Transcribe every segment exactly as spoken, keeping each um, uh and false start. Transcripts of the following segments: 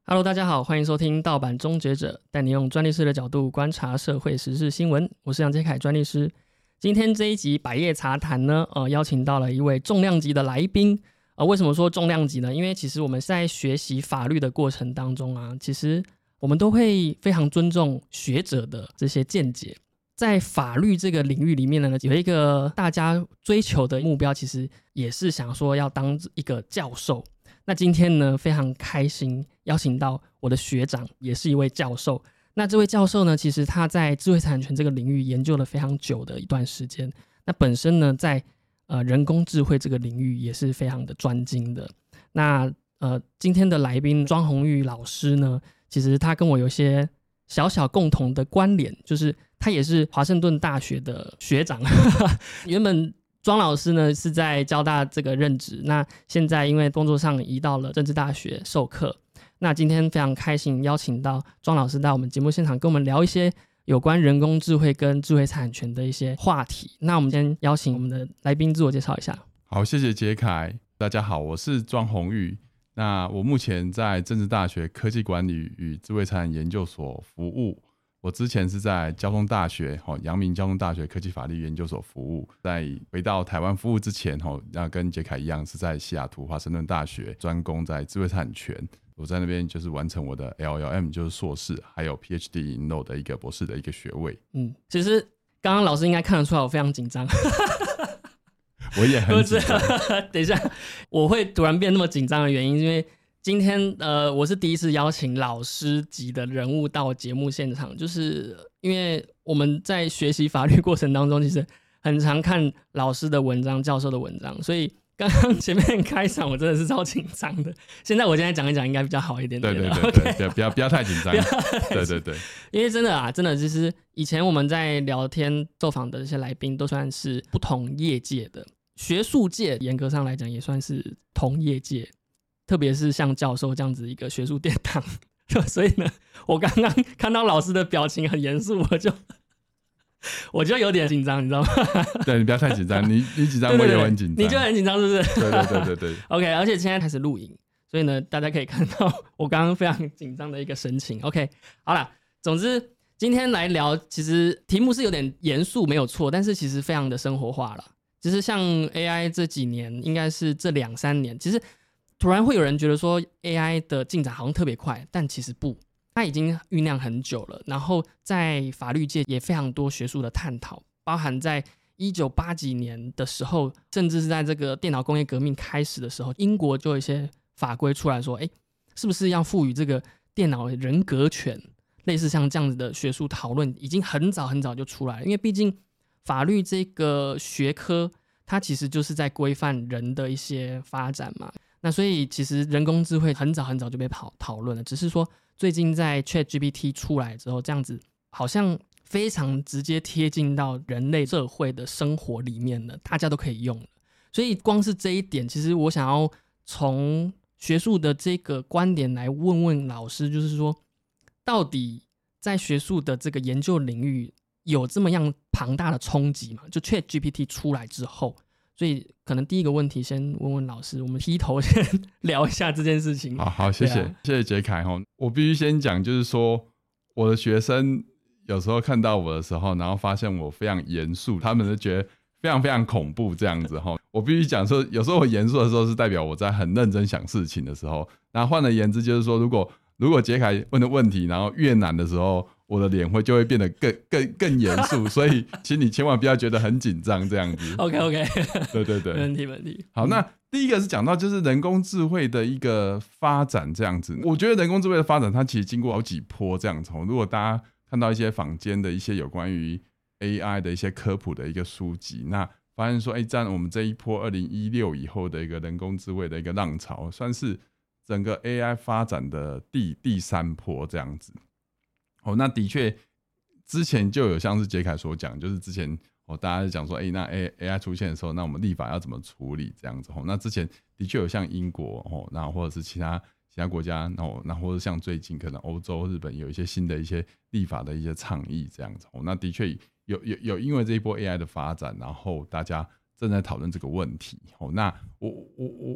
Hello， 大家好，欢迎收听盗版终结者，带你用专利师的角度观察社会时事新闻。我是杨杰凯专利师。今天这一集百业茶谈呢，呃，邀请到了一位重量级的来宾。呃，为什么说重量级呢？因为其实我们在学习法律的过程当中啊，其实我们都会非常尊重学者的这些见解。在法律这个领域里面呢，有一个大家追求的目标，其实也是想说要当一个教授。那今天呢，非常开心邀请到我的学长，也是一位教授。那这位教授呢，其实他在智慧财产权这个领域研究了非常久的一段时间。那本身呢，在呃人工智慧这个领域也是非常的专精的。那呃今天的来宾庄宏裕老师呢，其实他跟我有一些小小共同的关联，就是他也是华盛顿大学的学长。原本庄老师呢是在交大这个任职，那现在因为工作上移到了政治大学授课。那今天非常开心邀请到庄老师到我们节目现场跟我们聊一些有关人工智慧跟智慧财产权的一些话题。那我们先邀请我们的来宾自我介绍一下。 好，谢谢杰凯。大家好，我是庄宏裕。那我目前在政治大学科技管理与智慧财产研究所服务。我之前是在交通大学阳明交通大学科技法律研究所服务，在回到台湾服务之前，那跟杰凯一样是在西雅图华盛顿大学专攻在智慧财产权。我在那边就是完成我的 L L M 就是硕士，还有 P H D in Law 的一个博士的一个学位。 嗯，其实刚刚老师应该看得出来我非常紧张。 我也很紧张。 等一下，我会突然变那么紧张的原因，因为今天呃，我是第一次邀请老师级的人物到节目现场，就是因为我们在学习法律过程当中，其实很常看老师的文章、教授的文章，所以刚刚前面开场我真的是超紧张的。现在我现在讲一讲应该比较好一点点。 对对对对， okay 不要不要太紧张。对对对， 因为真的啊，真的其实以前我们在聊天受访的这些来宾都算是不同业界的，学术界严格上来讲也算是同业界。特别是像教授这样子一个学术殿堂，所以呢，我刚刚看到老师的表情很严肃，我就我就有点紧张，你知道吗？ 对，你不要太紧张，你你紧张我也很紧张， 你就很紧张是不是？ 对对对对对。 OK， 而且现在开始录影，所以呢，大家可以看到我刚刚非常紧张的一个神情。OK， 好啦，总之今天来聊，其实题目是有点严肃，没有错，但是其实非常的生活化了。其实像 A I 这几年，应该是这两三年，其实。突然会有人觉得说 A I 的进展好像特别快，但其实不，它已经酝酿很久了。然后在法律界也非常多学术的探讨，包含在一九八几年的时候，甚至是在这个电脑工业革命开始的时候，英国就有一些法规出来说，哎，是不是要赋予这个电脑人格权？类似像这样子的学术讨论，已经很早很早就出来了。因为毕竟法律这个学科，它其实就是在规范人的一些发展嘛。那所以其实人工智慧很早很早就被讨论了，只是说最近在 ChatGPT 出来之后，这样子好像非常直接贴近到人类社会的生活里面了，大家都可以用了。所以光是这一点，其实我想要从学术的这个观点来问问老师，就是说到底在学术的这个研究领域有这么样庞大的冲击吗？就 ChatGPT 出来之后，所以可能第一个问题先问问老师，我们劈头先聊一下这件事情。 好好，谢谢、啊、谢谢杰凯。我必须先讲，就是说我的学生有时候看到我的时候，然后发现我非常严肃，他们就觉得非常非常恐怖这样子。我必须讲说，有时候我严肃的时候是代表我在很认真想事情的时候，然后换而言之就是说，如果如果杰凯问的问题然后越难的时候，我的脸会就会变得更更更严肃，所以请你千万不要觉得很紧张这样子。 OK OK， 对对对， 没问题没问题。 好，那第一个是讲到就是人工智慧的一个发展这样子。我觉得人工智慧的发展，它其实经过好几波这样子。如果大家看到一些坊间的一些有关于 A I 的一些科普的一个书籍，那发现说，哎，在我们这一波二零一六以后的一个人工智慧的一个浪潮，算是整个 A I 发展的第第三波这样子。哦，那的确之前就有像是杰凯所讲，就是之前、哦、大家讲说，哎，那 A I 出现的时候，那我们立法要怎么处理这样子。哦、那之前的确有像英国，哦、那或者是其他其他国家，哦、那或者像最近可能欧洲、日本有一些新的一些立法的一些倡议这样子。哦、那的确有有有因为这一波 A I 的发展，然后大家正在讨论这个问题。哦、那我我我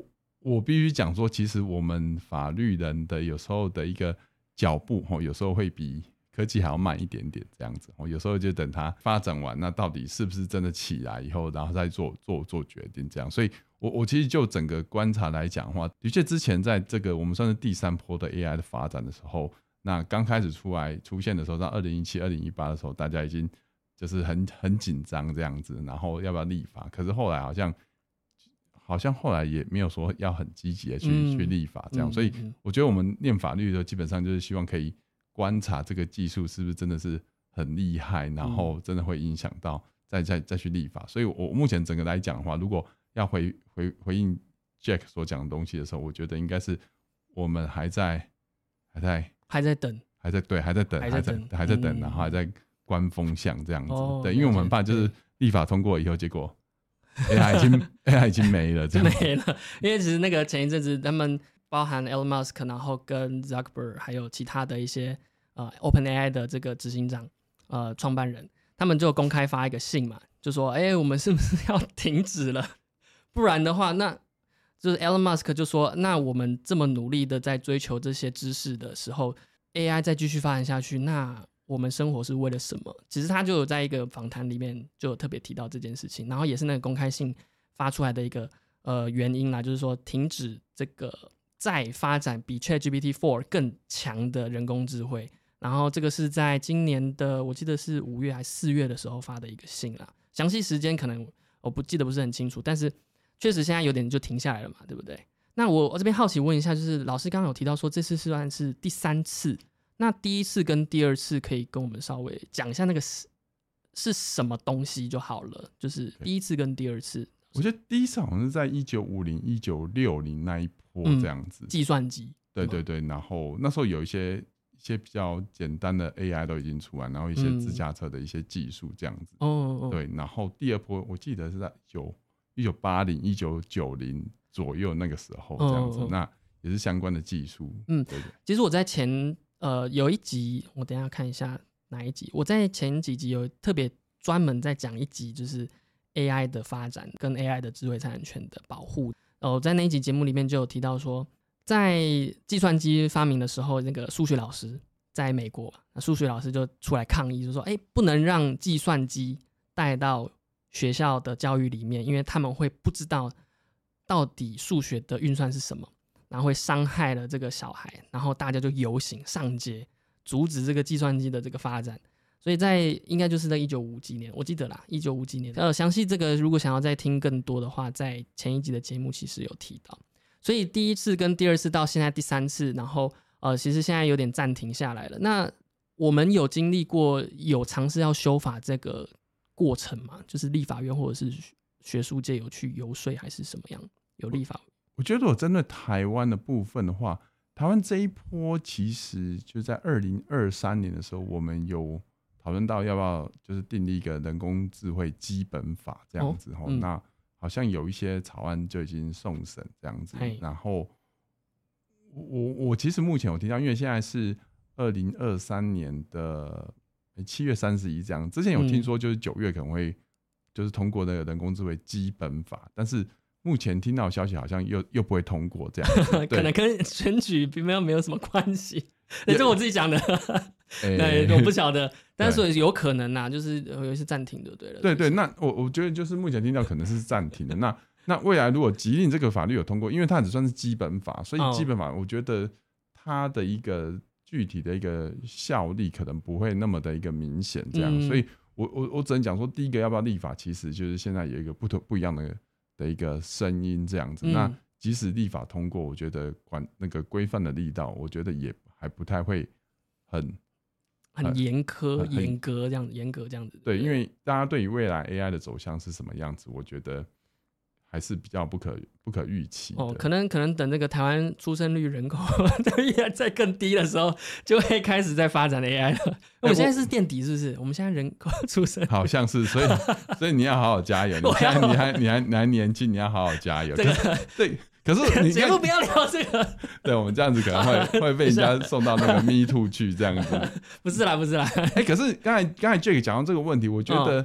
我必须讲说，其实我们法律人的有时候的一个脚步，有时候会比科技还要慢一点点，这样子。有时候就等它发展完，那到底是不是真的起来以后，然后再做做做决定这样。所以我我其实就整个观察来讲的话，的确之前在这个我们算是第三波的 A I 的发展的时候，那刚开始出来出现的时候，到二零一七、二零一八的时候，大家已经就是很很紧张这样子，然后要不要立法？可是后来好像。好像后来也没有说要很积极的去、嗯、去立法这样，所以我觉得我们念法律的基本上就是希望可以观察这个技术是不是真的是很厉害，然后真的会影响到再再再去立法。所以我目前整个来讲的话，如果要回回回应 Jack 所讲的东西的时候，我觉得应该是我们还在还在还在等， 还在对还在等还在等还在等，然后还在观风向这样子。 哦、 对，因为我们怕就是立法通过以后，结果。A I 已经 A I 已经没了，这样没了。因为其实那个前一阵子，他们包含 Elon Musk， 然后跟 Zuckerberg， 还有其他的一些呃 OpenAI 的这个执行长呃创办人，他们就公开发一个信嘛，就说，哎、欸，我们是不是要停止了？不然的话，那就是 Elon Musk 就说，那我们这么努力的在追求这些知识的时候 ，A I 再继续发展下去，那我们生活是为了什么？其实他就有在一个访谈里面就有特别提到这件事情，然后也是那个公开信发出来的一个呃原因啦，就是说停止这个再发展比 ChatGPT 四 更强的人工智慧。然后这个是在今年的我记得是五月还是四月的时候发的一个信啦，详细时间可能我不记得不是很清楚，但是确实现在有点就停下来了嘛，对不对？那我我这边好奇问一下，就是老师刚刚有提到说这次算是第三次。那第一次跟第二次可以跟我们稍微讲一下那个 是, 是什么东西就好了，就是第一次跟第二次。 我觉得第一次好像是在一九五零、一九六零那一波这样子， 嗯、计算机。 对对对，然后那时候有一些一些比较简单的 A I 都已经出来，然后一些自驾车的一些技术这样子。 哦、嗯， 对，然后第二波我记得是在一九八零、一九九零左右那个时候这样子，嗯、那也是相关的技术。嗯，对对。 其实我在前。呃，有一集我等一下看一下哪一集，我在前几集有特别专门在讲一集，就是 A I 的发展跟 A I 的智慧财产权的保护。呃，我在那一集节目里面就有提到说，在计算机发明的时候，那个数学老师在美国，那数学老师就出来抗议，就说，哎，不能让计算机带到学校的教育里面，因为他们会不知道到底数学的运算是什么。然后会伤害了这个小孩，然后大家就游行上街，阻止这个计算机的这个发展。所以在应该就是在一九五几年，我记得啦，一九五几年。呃，详细这个如果想要再听更多的话，在前一集的节目其实有提到。所以第一次跟第二次到现在第三次，然后呃，其实现在有点暂停下来了。那我们有经历过有尝试要修法这个过程吗？就是立法院或者是学术界有去游说，还是什么样？有立法？ 我觉得我针对台湾的部分的话，台湾这一波其实就在二零二三年的时候，我们有讨论到要不要就是订立一个人工智慧基本法这样子、哦嗯、那好像有一些草案就已经送审这样子。然后我我其实目前有听到，因为现在是二零二三年的七月三十一这样，之前有听说就是九月可能会就是通过那个人工智慧基本法，但是目前听到的消息好像又又不会通过这样子可能跟选举并没有没有什么关系，这是我自己讲的对，我不晓得，但是所以有可能啊，就是有一些暂停就对了。 对对，那我我觉得就是目前听到可能是暂停的。那那未来如果即令这个法律有通过，因为它只算是基本法，所以基本法我觉得它的一个具体的一个效力可能不会那么的一个明显这样，嗯、所以我我我只能讲说，第一个要不要立法，其实就是现在有一个不同不一样的。的一个声音这样子、嗯，那即使立法通过，我觉得管那个规范的力道，我觉得也还不太会很很严苛、严格这样子，严格这样子。 对，因为大家对于未来 A I 的走向是什么样子，我觉得还是比较不可不可预期的。 哦，可能可能等这个台湾出生率人口在更低的时候，就会开始在发展 A I 了。我们现在是垫底，是不是？我们现在人口出生好像是，所以所以你要好好加油。你现在你还你还你还年轻，你要好好加油。这个对，可是你节目不要聊这个。 对，我们这样子可能会会被人家送到那个 Me Too 去这样子。 不是啦，不是啦。 哎、欸，可是刚才刚才 Jack 讲到这个问题，我觉得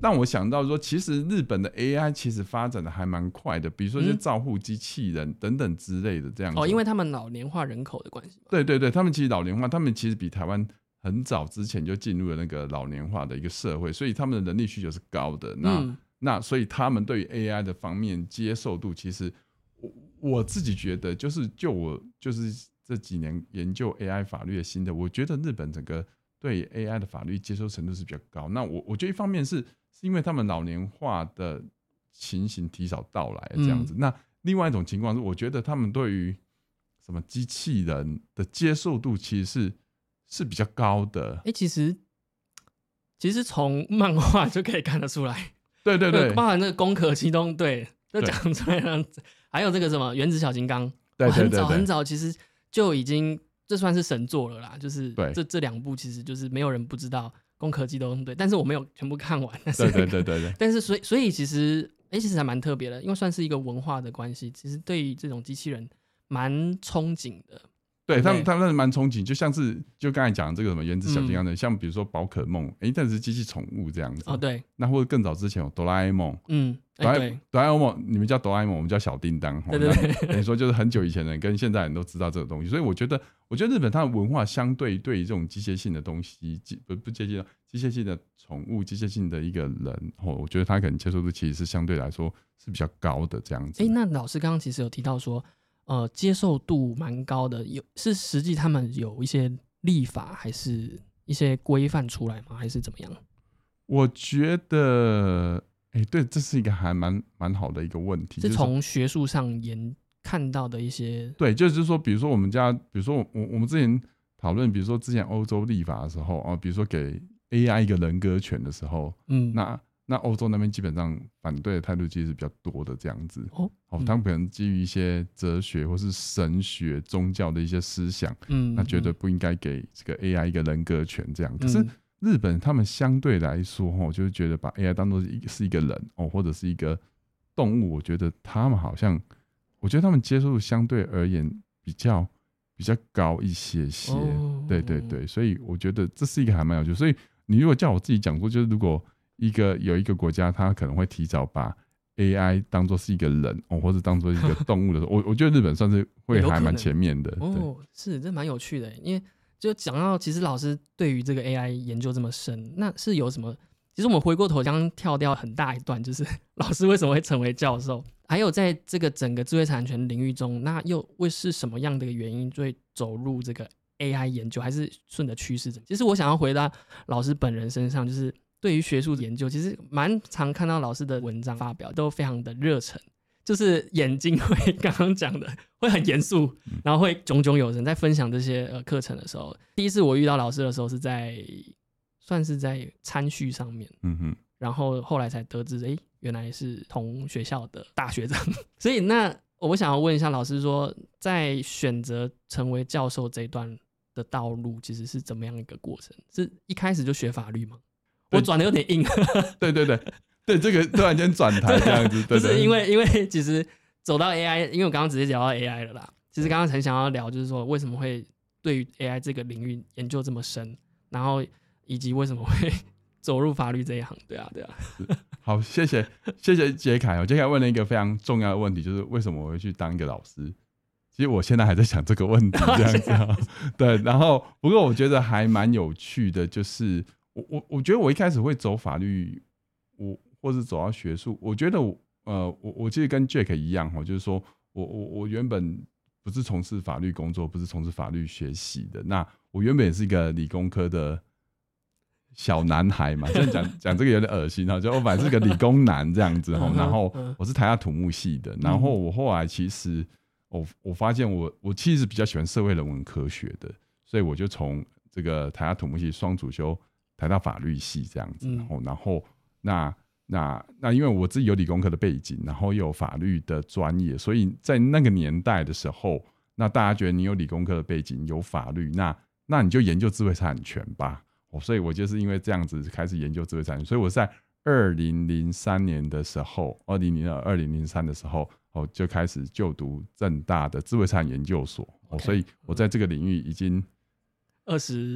让我想到说，其实日本的 A I 其实发展的还蛮快的，比如说一些照护机器人等等之类的这样子。 哦，因为他们老年化人口的关系。 对对对，他们其实老年化，他们其实比台湾很早之前就进入了那个老年化的一个社会，所以他们的人力需求是高的。那、嗯、那所以他们对于 A I 的方面接受度，其实我我自己觉得，就是就我就是这几年研究 A I 法律的心得，我觉得日本整个对 A I 的法律接受程度是比较高。那我我觉得一方面是是因为他们老年化的情形提早到来这样子、嗯、那另外一种情况是我觉得他们对于什么机器人的接受度其实是是比较高的。 哎、欸，其实其实从漫画就可以看得出来， 对对对， 包含那个攻壳机动队都讲出来了，还有这个什么原子小金刚，对对对对，很早很早其实就已经这算是神作了啦，就是这这两部其实就是没有人不知道攻壳机动队，但是我没有全部看完，但是、那個、 对对对对对， 但是所以所以其实哎、欸，其实还蛮特别的，因为算是一个文化的关系，其实对于这种机器人蛮憧憬的。 对他们，他们蛮憧憬，就像是就刚才讲的这个什么原子小金刚的、嗯，像比如说宝可梦，哎、欸，但是机器宠物这样子。 哦，对。 那或者更早之前有哆啦 A 梦， 嗯， 哆啦、欸、哆啦 A 梦，你们叫哆啦 A 梦，我们叫小叮当。 对对对。 等于说就是很久以前的人跟现在人都知道这个东西，所以我觉得，我觉得日本它的文化相对对于这种机械性的东西，不不接近机械性的宠物、机械性的一个人，哦，我觉得他可能接受度其实是相对来说是比较高的这样子。 哎、欸，那老师刚刚其实有提到说。呃，接受度蛮高的，有是实际他们有一些立法，还是一些规范出来吗？还是怎么样？ 我觉得，哎、欸，对，这是一个还蛮蛮好的一个问题， 是从学术上研看到的一些。 对，就是说，比如说我们家，比如说我我们之前讨论，比如说之前欧洲立法的时候啊，比如说给 A I 一个人格权的时候，嗯，那。那欧洲那边基本上反对的态度其实是比较多的这样子，哦，嗯、他们可能基于一些哲学或是神学、宗教的一些思想，嗯，那觉得不应该给这个 A I 一个人格权这样。嗯、可是日本他们相对来说，哦，就是觉得把 A I 当作是一是一个人哦，或者是一个动物，我觉得他们好像，我觉得他们接受度相对而言比较比较高一些些，哦、对对对，所以我觉得这是一个还蛮有趣。所以你如果叫我自己讲说，就是如果一个有一个国家，他可能会提早把 A I 当作是一个人哦，或者当作一个动物的时候，我我觉得日本算是会还蛮前面的。 哦，是，这蛮有趣的，因为就讲到其实老师对于这个 A I 研究这么深，那是有什么？其实我们回过头刚刚跳掉很大一段，就是老师为什么会成为教授，还有在这个整个智慧产权领域中，那又会是什么样的原因会走入这个 A I 研究，还是顺着趋势？其实我想要回到老师本人身上，就是。对于学术研究，其实蛮常看到老师的文章发表都非常的热忱，就是眼睛会刚刚讲的会很严肃，然后会炯炯有神。在分享这些呃课程的时候，第一次我遇到老师的时候是在算是在参序上面，嗯哼，然后后来才得知，哎，原来是同学校的大学长。所以那我想要问一下老师说，在选择成为教授这一段的道路，其实是怎么样一个过程？是一开始就学法律吗？我转的有点硬。 对对对对，这个突然间转台这样子，对对对， 不是因为因为其实走到 A I， 因为我刚刚直接讲到 A I 了啦。其实刚刚很想要聊，就是说为什么会对于 A I 这个领域研究这么深，然后以及为什么会走入法律这一行。对啊，对啊。 好，谢谢谢谢杰凯哦，杰凯问了一个非常重要的问题，就是为什么我会去当一个老师？其实我现在还在想这个问题，这样子、哦。对，然后不过我觉得还蛮有趣的，就是。我我我觉得我一开始会走法律，我或是走到学术，我觉得我呃我我其实跟 Jack 一样哈，就是说我我我原本不是从事法律工作，不是从事法律学习的，那我原本也是一个理工科的小男孩嘛，这样讲讲这个有点恶心哈，就我本来是个理工男这样子哈，然后我是台大土木系的，然后我后来其实我我发现我我其实比较喜欢社会人文科学的，所以我就从这个台大土木系双主修。台大法律系这样子，然后，然后那那那，因为我自己有理工科的背景，然后又有法律的专业，所以在那个年代的时候，那大家觉得你有理工科的背景，有法律，那那你就研究智慧产权吧。哦，所以我就是因为这样子开始研究智慧产权，所以我在二零零三年的时候，二零零二、二零零三的时候，哦，就开始就读政大的智慧产权研究所。哦， okay, 所以我在这个领域已经二十。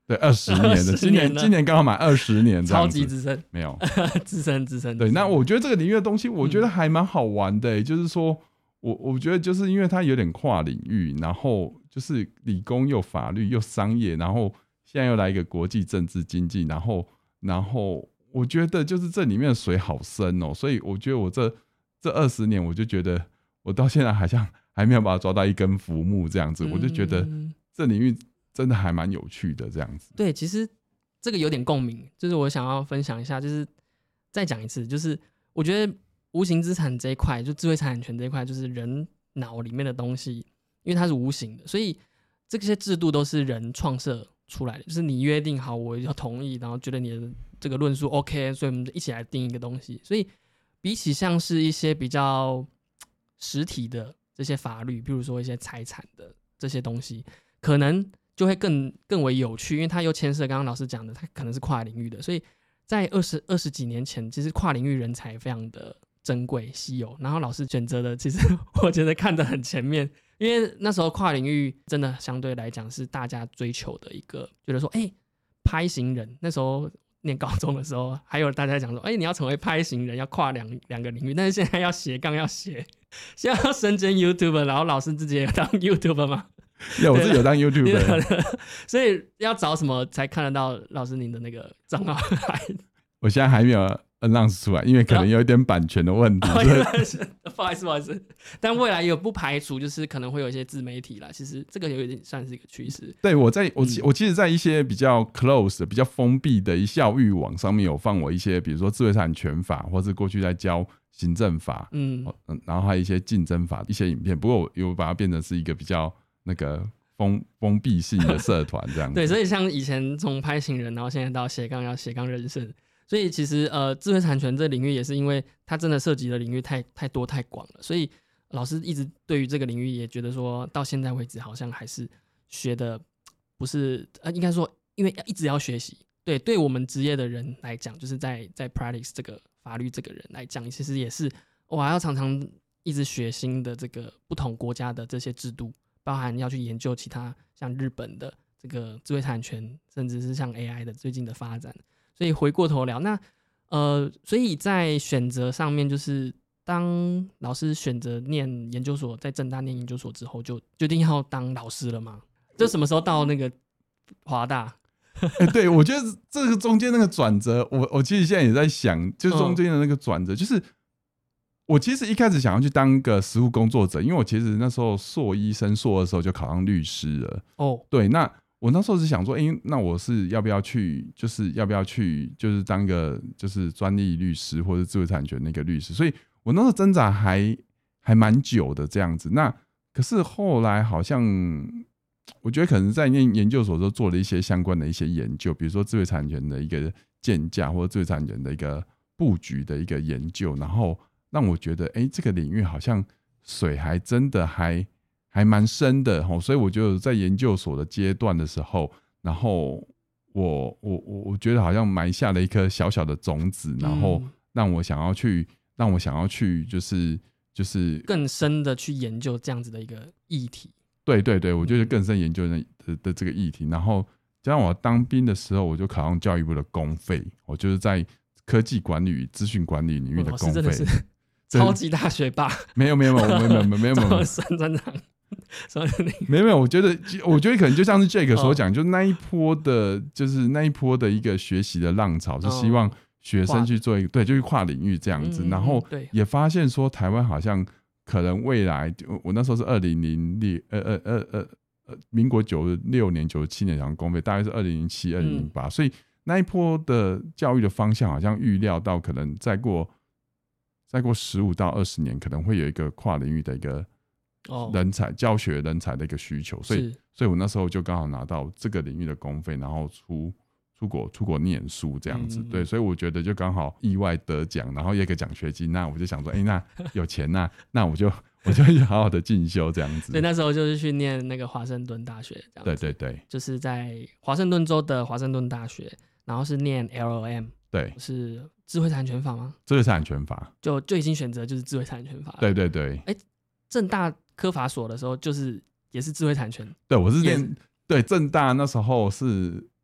对，二十年的，今年今年刚好满二十年， 超级资深， 没有资深资深。 对，那我觉得这个领域的东西，我觉得还蛮好玩的、欸嗯，就是说我我觉得就是因为它有点跨领域，然后就是理工又法律又商业，然后现在又来一个国际政治经济，然后然后我觉得就是这里面的水好深哦、喔，所以我觉得我这这二十年，我就觉得我到现在好像还没有把它抓到一根浮木这样子，嗯、我就觉得这领域真的还蛮有趣的这样子。 对，其实这个有点共鸣，就是我想要分享一下，就是再讲一次，就是我觉得无形资产这一块，就智慧财产权这一块，就是人脑里面的东西，因为它是无形的，所以这些制度都是人创设出来的，就是你约定好，我要同意，然后觉得你的这个论述 OK， 所以我们就一起来定一个东西。所以比起像是一些比较实体的这些法律，比如说一些财产的这些东西，可能就会更更为有趣，因为它又牵涉刚刚老师讲的，它可能是跨领域的，所以在二十二十几年前，其实跨领域人才非常的珍贵稀有，然后老师选择的，其实我觉得看得很前面，因为那时候跨领域真的相对来讲是大家追求的一个，觉得说，哎、欸，拍行人，那时候念高中的时候，还有大家讲说，哎、欸，你要成为拍行人，要跨两两个领域，但是现在要斜杠，要斜，现在要身兼 YouTuber， 然后老师自己也当 YouTuber 嘛。 有，我自己有当 YouTuber， 所以要找什么才看得到老师您的那个账号？ 我现在还没有 announce 出来，因为可能有一点版权的问题。 不好意思，不好意思。但未来也不排除，就是可能会有一些自媒体啦。其实这个有点算是一个趋势。 对，我在我、嗯、我其实，在一些比较 close 的、比较封闭的一教育网上面有放我一些，比如说智慧财产权法，或是过去在教行政法，嗯，然后还有一些竞争法一些影片。不过我有把它变成是一个比较那个封封闭性的社团这样子。 对，所以像以前从拍行人，然后现在到斜杠要斜杠人生，所以其实呃，智慧产权这领域也是因为它真的涉及的领域太太多太广了，所以老师一直对于这个领域也觉得说到现在为止好像还是学的不是呃，应该说因为一直要学习。对，对我们职业的人来讲，就是在在 practice 这个法律这个人来讲，其实也是我还要常常一直学新的这个不同国家的这些制度。包含要去研究其他像日本的这个智慧产权，甚至是像 A I 的最近的发展。所以回过头聊，那呃，所以在选择上面，就是当老师选择念研究所，在政大念研究所之后，就决定要当老师了吗？就什么时候到那个华大？ 欸、对，我觉得这个中间那个转折，我我其实现在也在想，就是中间的那个转折，嗯、就是。我其实一开始想要去当个实务工作者，因为我其实那时候硕一升硕二的时候就考上律师了。哦，对，那我那时候是想说，哎、欸，那我是要不要去，就是要不要去，就是当个就是专利律师或者智慧产权那个律师，所以我那时候挣扎还还蛮久的这样子。那可是后来好像，我觉得可能在念研究所的时候做了一些相关的一些研究，比如说智慧产权的一个建价或者智慧产权的一个布局的一个研究，然后。让我觉得，哎、欸，这个领域好像水还真的还还蛮深的，所以我就在研究所的阶段的时候，然后我我我我觉得好像埋下了一颗小小的种子，然后让我想要去，让我想要去，就是就是更深的去研究这样子的一个议题。 对对对，我觉得更深研究的 的, 的这个议题，然后加上我当兵的时候，我就考上教育部的公费，我就是在科技管理与资讯管理领域的公费。 超级大学霸？ 没有没有没有没有没有没有没有三专长， 没有没有，我觉得我觉得可能就像是 Jake 所讲，就那一波的，就是那一波的一个学习的浪潮，是希望学生去做一个对，就是跨领域这样子，然后也发现说台湾好像可能未来，我那时候是二零零六呃呃呃呃呃民国九十六年九十七年讲公费，大概是二零零七二零零八，所以那一波的教育的方向好像预料到可能再过。再过十五到二十年，可能会有一个跨领域的一个人才、oh. 教学人才的一个需求，所以，所以我那时候就刚好拿到这个领域的公费，然后出出国出国念书这样子，嗯、对，所以我觉得就刚好意外得奖，然后有一个奖学金，那我就想说，哎、欸，那有钱那那我就我就好好的进修这样子。 对，那时候就是去念那个华盛顿大学，这样子。 对对对， 就是在华盛顿州的华盛顿大学，然后是念 L L M。 对， 是智慧产权法吗？ 智慧产权法就就已经选择就是智慧产权法了。 对对对， 哎、欸，政大科法所的时候就是也是智慧产权。 对，我是念对政大那时候是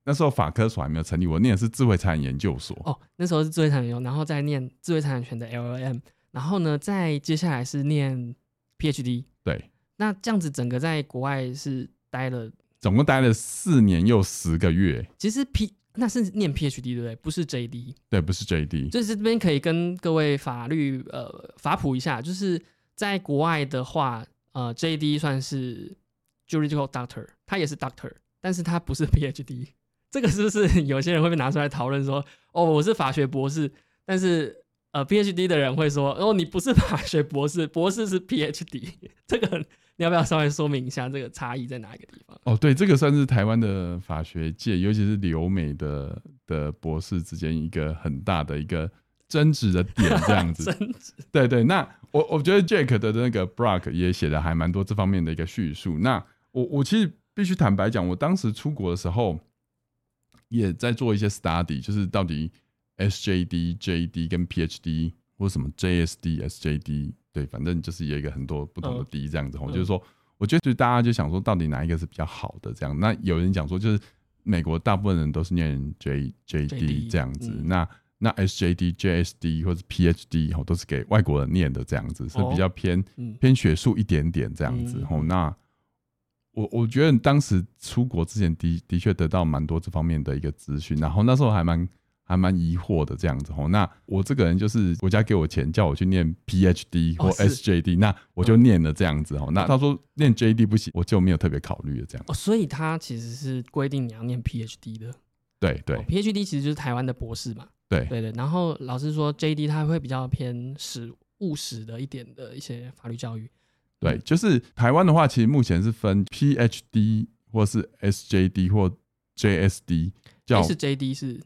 那时候法科所还没有成立，我念的是智慧财产研究所。 哦，那时候是智慧财产研究，然后再念智慧财产权的 L L M， 然后呢，再接下来是念 P H D。 对， 那这样子整个在国外是待了， 总共待了四年又十个月。 其实 P 那是念 P H D 对不对？不是 J D。 对，不是 J D。 就是这边可以跟各位法律呃法普一下，就是在国外的话，呃 J D 算是 juridical doctor， 他也是 doctor， 但是他不是 P H D。这个是不是有些人会被拿出来讨论说，哦，我是法学博士，但是呃 P H D 的人会说，哦，你不是法学博士，博士是 P H D。这个你要不要稍微说明一下这个差异在哪一个地方？ 哦，对，这个算是台湾的法学界，尤其是留美的的博士之间一个很大的一个争执的点，这样子。 争执。 对对，那我我觉得 Jake 的那个 blog 也写的还蛮多这方面的一个叙述。那我我其实必须坦白讲，我当时出国的时候也在做一些 study， 就是到底 S J D、J D 跟 P H D 或什么 J S D、S J D， 对，反正就是有一个很多不同的 D 这样子。嗯、就是说，我觉得大家就想说，到底哪一个是比较好的这样？那有人讲说，就是美国大部分人都是念 J J D 这样子，嗯、那那 S J D、J S D 或者 P H D 都是给外国人念的这样子，是比较偏、哦嗯、偏学术一点点这样子。嗯、那我我觉得当时出国之前的的确得到蛮多这方面的一个资讯，然后那时候还蛮还蛮疑惑的这样子。那我这个人就是国家给我钱叫我去念 P H D 或 S J D，、哦、那我就念了这样子。嗯、那他说念 J D 不行，我就没有特别考虑了这样。 哦，所以他其实是规定你要念 P H D 的。 对对、哦、 P H D 其实就是台湾的博士嘛。 对对对，然后老师说 J D 他会比较偏实务实的一点的一些法律教育。 对，就是台湾的话，其实目前是分 P H D 或是 S J D 或 J S D， 叫 S J D 是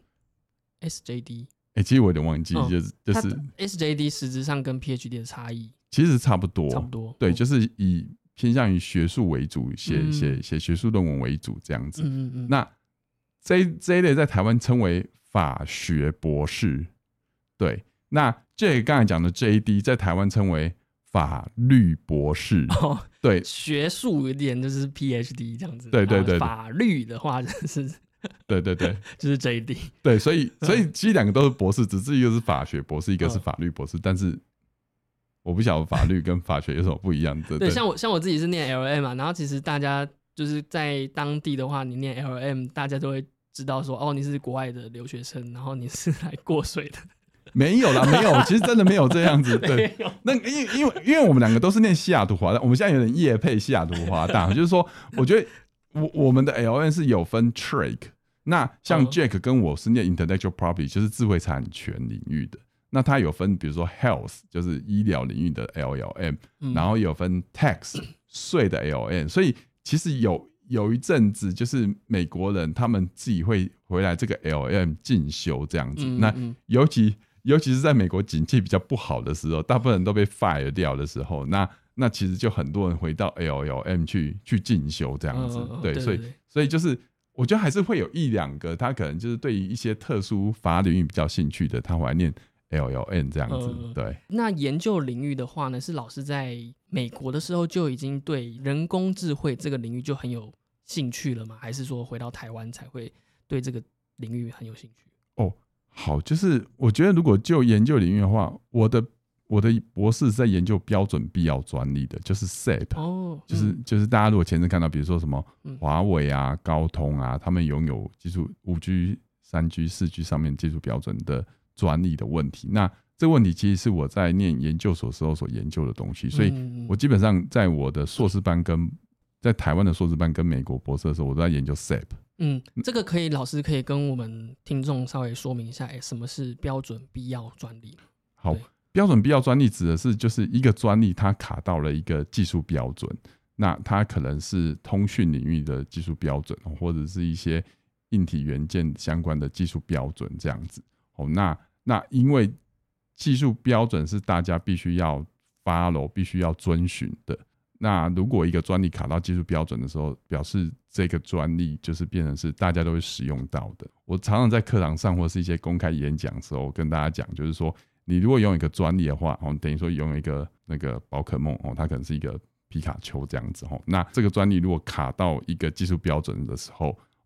S J D， 哎、欸，其实我有点忘记， 嗯、 就是就是 S J D 实质上跟 P H D 的差异其实差不多， 差不多， 对，就是以偏向于学术为主，写写写学术论文为主这样子。嗯嗯嗯。那这这一类在台湾称为法学博士，对。那这刚才讲的 J D 在台湾称为法律博士。哦，对， 学术一点就是 P H D 这样子。 对对 对, 对。 法律的话就是对对对， 就是 J D。 对，所以所以其实两个都是博士，只是一个是法学博士，一个是法律博士，嗯、但是我不晓得法律跟法学有什么不一样的。 对，对像我像我自己是念 L M 嘛，然后其实大家就是在当地的话，你念 L M， 大家都会知道说，哦，你是国外的留学生，然后你是来过水的。 没有啦，没有，其实真的没有这样子。对，那因为因为因为我们两个都是念西雅图华大，我们现在有点业配西雅图华大，就是说，我觉得我我们的 L M 是有分 track， 那像 Jack 跟我是念 intellectual property， 就是智慧产权领域的，那他有分，比如说 health， 就是医疗领域的 L L M，、嗯、然后有分 tax 税的 L M， 所以其实有有一阵子就是美国人他们自己会回来这个 L M 进修这样子，嗯嗯那尤其。尤其是在美国景气比较不好的时候，大部分人都被 fire 掉的时候，那那其实就很多人回到 L L M 去去进修这样子，嗯、对，对，对，所以所以就是我觉得还是会有一两个，他可能就是对于一些特殊法领域比较兴趣的，他会来念 L L M 这样子，嗯、对。 那研究领域的话呢，是老师在美国的时候就已经对人工智慧这个领域就很有兴趣了吗？还是说回到台湾才会对这个领域很有兴趣？ 哦。好，就是我觉得如果就研究领域的话，我的我的博士是在研究标准必要专利的，就是 S A P， 哦，就是、嗯、就是大家如果前阵看到，比如说什么华为啊、嗯、高通啊，他们拥有技术五 G、三 G、四 G 上面技术标准的专利的问题，那这个问题其实是我在念研究所时候所研究的东西，所以我基本上在我的硕士班跟在台湾的硕士班跟美国博士的时候，我都在研究 S A P。 嗯，这个可以，老师可以跟我们听众稍微说明一下，哎，什么是标准必要专利？ 好，标准必要专利指的是就是一个专利它卡到了一个技术标准，那它可能是通讯领域的技术标准，或者是一些硬体元件相关的技术标准这样子。哦，那那因为技术标准是大家必须要 follow 必须要遵循的。那如果一个专利卡到技术标准的时候，表示这个专利就是变成是大家都会使用到的。我常常在课堂上或是一些公开演讲的时候跟大家讲，就是说你如果拥有一个专利的话，等于说拥有一个那个宝可梦，它可能是一个皮卡丘这样子，那这个专利如果卡到一个技术标准的时候，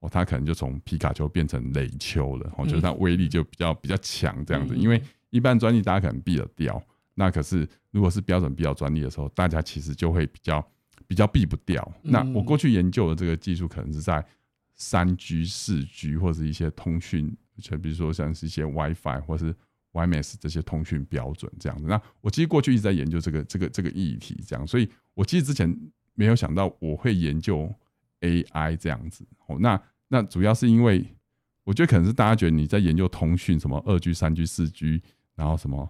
哦，它可能就从皮卡丘变成垒丘了，哦，就是它威力就比较比较强这样子。因为一般专利大家可能避得掉，那可是如果是标准避掉专利的时候，大家其实就会比较比较避不掉。那我过去研究的这个技术可能是在三 G、四 G 或是一些通讯，比如说像是一些 WiFi 或是 W I M A X 这些通讯标准这样子。那我其实过去一直在研究这个这个这个议题，这样，所以我其实之前没有想到我会研究 A I 这样子。哦，那那主要是因为我觉得可能是大家觉得你在研究通讯，什么二 G、三 G、四 G， 然后什么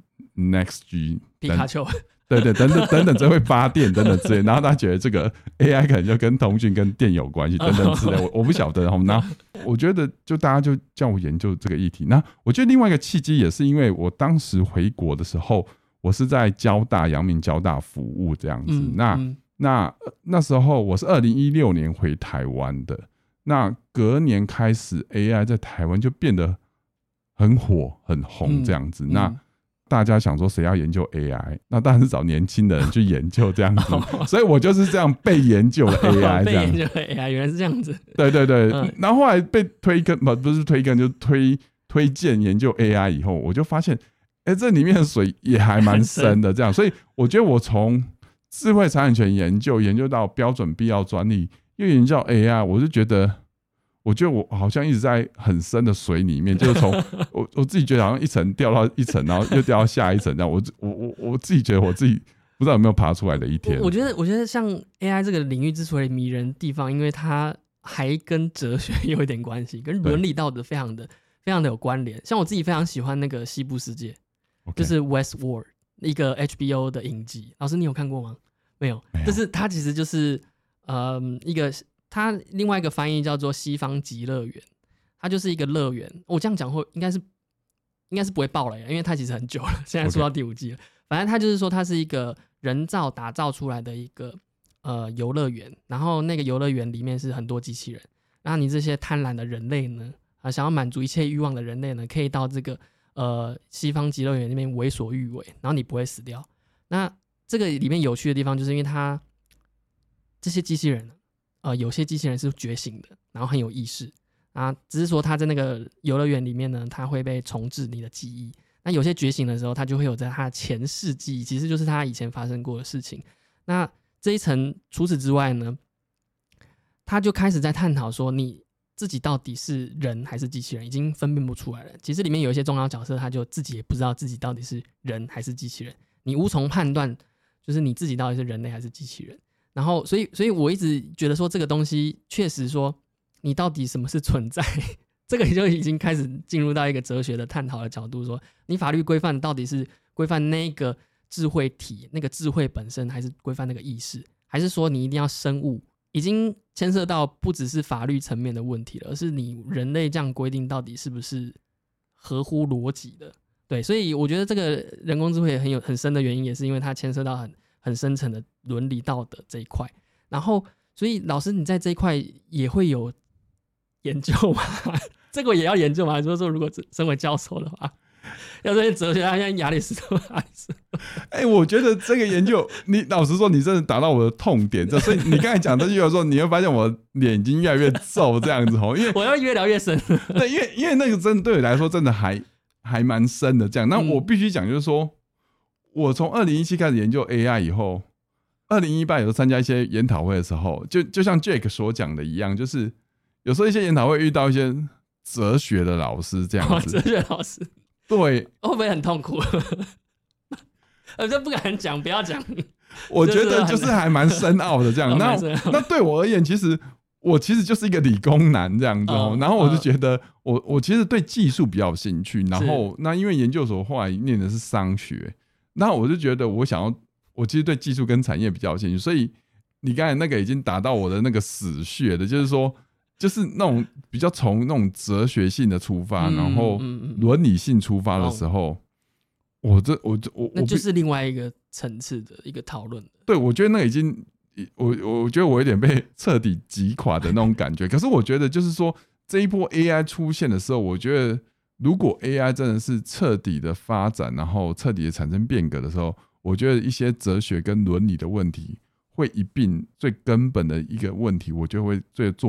Next G、 皮卡丘， 对对，等等等等，这会发电等等之类，然后大家觉得这个 A I 可能就跟通讯跟电有关系等等之类，我我不晓得。那我觉得就大家就叫我研究这个议题。那我觉得另外一个契机也是因为我当时回国的时候，我是在交大阳明交大服务这样子。嗯、那、嗯、那那时候我是二零一六年回台湾的，那隔年开始 A I 在台湾就变得很火很红这样子。嗯、那、嗯大家想说谁要研究 A I， 那当然是找年轻的人去研究这样子，所以我就是这样被研究了 A I 这样。 被研究了 A I， 原来是这样子。 对对对，嗯、然后后来被推更不不是推更，就推推荐研究 A I 以后，我就发现，哎，这里面的水也还蛮深的，这样，所以我觉得我从智慧财产权研究研究到标准必要专利，又研究 A I， 我就觉得。我觉得我好像一直在很深的水里面，就是从我我自己觉得好像一层掉到一层，然后又掉到下一层这样。我我我我自己觉得我自己不知道有没有爬出来的一天。 我觉得我觉得像 A I 这个领域之所以迷人的地方，因为它还跟哲学有一点关系，跟伦理道德非常的非常的有关联。像我自己非常喜欢那个西部世界， okay. 就是 Westworld 一个 H B O 的影集。老师你有看过吗？没有，没有就是它其实就是呃一个。它另外一个翻译叫做西方极乐园，它就是一个乐园。我这样讲会应该是应该是不会爆雷，因为它其实很久了，现在出到第五季了。Okay. 反正它就是说，它是一个人造打造出来的一个呃游乐园，然后那个游乐园里面是很多机器人。然后你这些贪婪的人类呢，啊想要满足一切欲望的人类呢，可以到这个呃西方极乐园那边为所欲为，然后你不会死掉。那这个里面有趣的地方，就是因为它这些机器人呢。呃，有些机器人是觉醒的，然后很有意识啊，只是说它在那个游乐园里面呢，它会被重置你的记忆。那有些觉醒的时候，它就会有在它的前世记忆，其实就是它以前发生过的事情。那这一层，除此之外呢，他就开始在探讨说，你自己到底是人还是机器人，已经分辨不出来了。其实里面有一些重要角色，他就自己也不知道自己到底是人还是机器人，你无从判断，就是你自己到底是人类还是机器人。然后所以所以我一直觉得说这个东西确实说你到底什么是存在这个就已经开始进入到一个哲学的探讨的角度，说你法律规范到底是规范那个智慧体那个智慧本身，还是规范那个意识，还是说你一定要生物，已经牵涉到不只是法律层面的问题了，而是你人类这样规定到底是不是合乎逻辑的。对，所以我觉得这个人工智慧很有很深的原因，也是因为它牵涉到很很深层的伦理道德这一块。然后所以老师你在这一块也会有研究吗？这个也要研究吗？还是说如果身为教授的话要这些哲学家像亚里士多亚里士多哎、欸，我觉得这个研究你老实说你真的打到我的痛点，所以你刚才讲这句话说你会发现我脸已经越来越皱这样子，因为我要越聊越深对，因为因为那个真的对我来说真的还还蛮深的这样。那我必须讲就是说、嗯我从二零一七开始研究 A I 以后，二零一八有时候参加一些研讨会的时候，就就像 Jake 所讲的一样，就是有时候一些研讨会遇到一些哲学的老师这样子。 哲学老师， 对， 会不会很痛苦？我就不敢讲，不要讲。 我觉得就是还蛮深奥的这样。那那对我而言，其实我其实就是一个理工男这样子、哦、然后我就觉得我我其实对技术比较有兴趣，然后那因为研究所后来念的是商学。那我就觉得我想要，我其实对技术跟产业比较有兴趣，所以你刚才那个已经达到我的那个死穴的，就是说，就是那种比较从那种哲学性的出发，嗯、然后伦理性出发的时候，嗯、我这我我那就是另外一个层次的一个讨论。 对，我觉得那已经，我我觉得我有点被彻底击垮的那种感觉。可是我觉得就是说，这一波 A I 出现的时候，我觉得。如果 A I 真的是彻底的发展，然后彻底的产生变革的时候，我觉得一些哲学跟伦理的问题会一并最根本的一个问题，我就会最做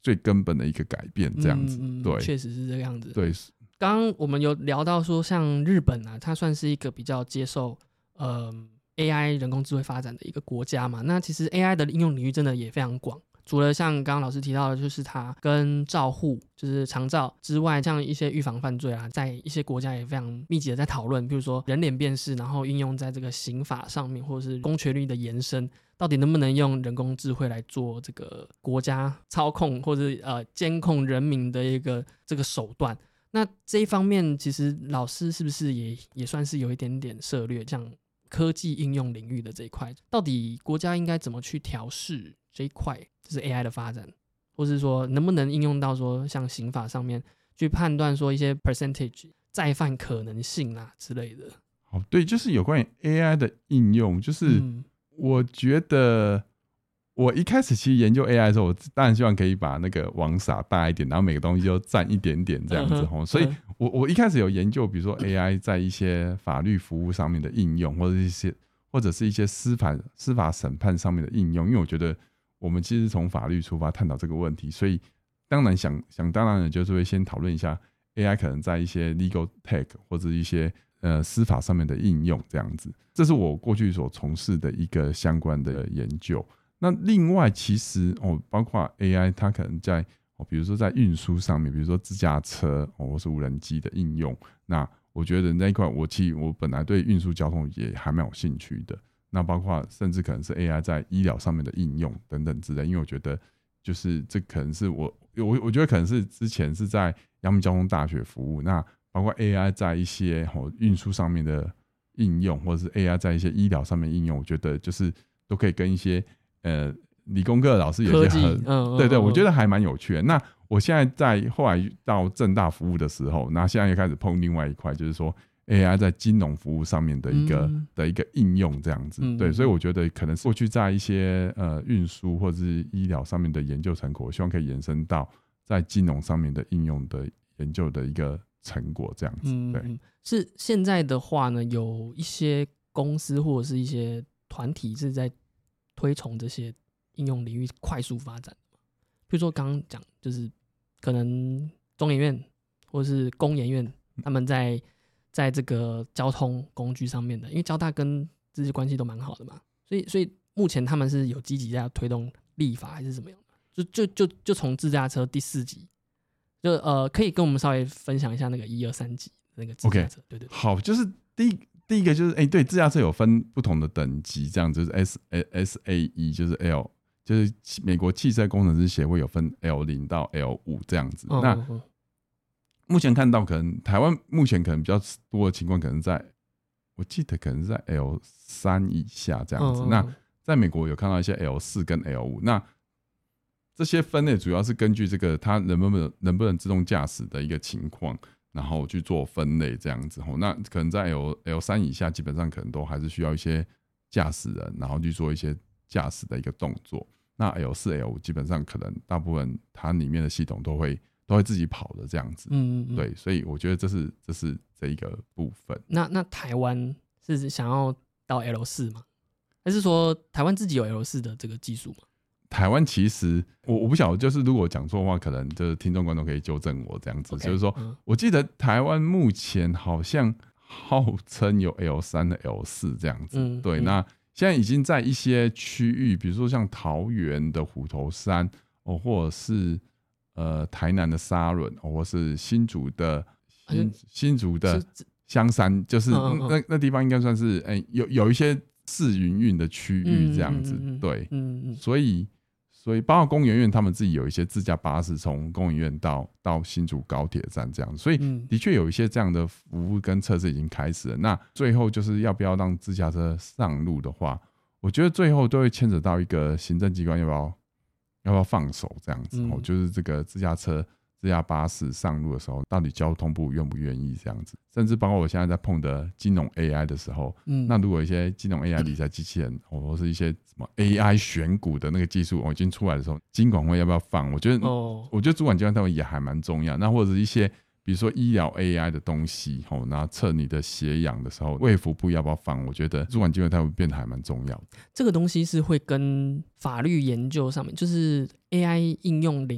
最根本的一个改变这样子。 嗯嗯、 对， 确实是这个样子。 对， 刚刚我们有聊到说，像日本啊，它算是一个比较接受呃 A I 人工智慧发展的一个国家嘛。那其实 A I 的应用领域真的也非常广。除了像刚刚老师提到的，就是它跟照护，就是长照之外，像一些预防犯罪啊，在一些国家也非常密集的在讨论，比如说人脸辨识，然后运用在这个刑法上面，或者是公权力的延伸，到底能不能用人工智慧来做这个国家操控或者呃监控人民的一个这个手段？那这一方面，其实老师是不是也也算是有一点点涉略，像科技应用领域的这一块，到底国家应该怎么去调试这一块，就是 A I 的发展，或是说能不能应用到说像刑法上面去判断说一些 percentage 再犯可能性啦之类的。 好，对，就是有关于 A I 的应用，就是我觉得我一开始其实研究 A I 的时候，我当然希望可以把那个网撒大一点，然后每个东西都占一点点这样子、嗯、所以我我一开始有研究，比如说 A I 在一些法律服务上面的应用，或者一些或者是一些司法司法审判上面的应用，因为我觉得我们其实从法律出发探讨这个问题，所以当然想想当然的就是会先讨论一下 A I 可能在一些 legal tech 或者一些呃司法上面的应用这样子，这是我过去所从事的一个相关的研究。那另外其实、哦、包括 A I 它可能在、哦、比如说在运输上面，比如说自驾车、哦、或是无人机的应用，那我觉得那一块我其实我本来对运输交通也还蛮有兴趣的，那包括甚至可能是 A I 在医疗上面的应用等等之类，因为我觉得就是这可能是我我我觉得可能是之前是在阳明交通大学服务，那包括 A I 在一些、哦、运输上面的应用，或者是 A I 在一些医疗上面应用，我觉得就是都可以跟一些呃理工科的老师有一些很、嗯、对对，我觉得还蛮有趣的。那我现在在后来到政大服务的时候，那现在又开始碰另外一块，就是说 A I 在金融服务上面的一个、嗯、的一个应用这样子、嗯、对，所以我觉得可能是过去在一些呃运输或者是医疗上面的研究成果，我希望可以延伸到在金融上面的应用的研究的一个成果这样子。对、嗯， 是现在的话呢，有一些公司或者是一些团体是在推崇这些应用领域快速发展，比如说刚刚讲，就是可能中研院或者是工研院，他们在在这个交通工具上面的，因为交大跟这些关系都蛮好的嘛，所以所以目前他们是有积极在推动立法还是怎么样的？就就就就从自驾车第四集，就呃可以跟我们稍微分享一下那个一二三集那个自驾车， okay, 对对对， 好，就是第一。第一个就是，哎、欸，对，自驾车有分不同的等级，这样就是 S S A E， 就是 L， 就是美国汽车工程师协会有分 L 零 到 L 五 这样子。哦、那、哦、目前看到，可能台湾目前可能比较多的情况，可能在，我记得可能是在 L 三 以下这样子。哦、那在美国有看到一些 L 四 跟 L 五，那这些分类主要是根据这个它能不能能不能自动驾驶的一个情况，然后去做分类这样子。那可能在 L, L 三 以下基本上可能都还是需要一些驾驶人，然后去做一些驾驶的一个动作。那 L 四 L 五 基本上可能大部分它里面的系统都会都会自己跑的这样子。嗯嗯，对，所以我觉得这是这是这一个部分。 那那台湾是想要到 L 四 吗？还是说台湾自己有 L 四 的这个技术吗？ 台湾其实我我不晓得，就是如果讲错的话，可能就是听众观众可以纠正我这样子。Okay, 就是说、嗯，我记得台湾目前好像号称有 L 三 的 L 四 这样子。嗯、对、嗯，那现在已经在一些区域，比如说像桃园的虎头山，哦，或者是呃台南的沙仑，哦，或是新竹的新新竹的香山，就是、嗯嗯、那那地方应该算是哎、欸、有有一些试营运的区域这样子。嗯嗯嗯、对，嗯嗯，所以。所以包括工研院他们自己有一些自驾巴士从工研院到到新竹高铁站这样，所以的确有一些这样的服务跟测试已经开始了。那最后就是要不要让自驾车上路的话，我觉得最后都会牵扯到一个行政机关要不要要不要放手这样子、嗯、就是这个自驾车自驾巴士上路的时候，到底交通部愿不愿意这样子，甚至包括我现在在碰的金融 A I 的时候、嗯、那如果一些金融 A I 理财机器人或是一些什么 A I 选股的那个技术、哦、已经出来的时候，金管会要不要放，我觉得、哦、我觉得主管机关他们也还蛮重要。那或者是一些比如说医疗 A I 的东西、哦、然后测你的血氧的时候，卫福部要不要放，我觉得主管机关他们变得还蛮重要。 这个东西是会跟法律研究上面，就是 A I 应用领域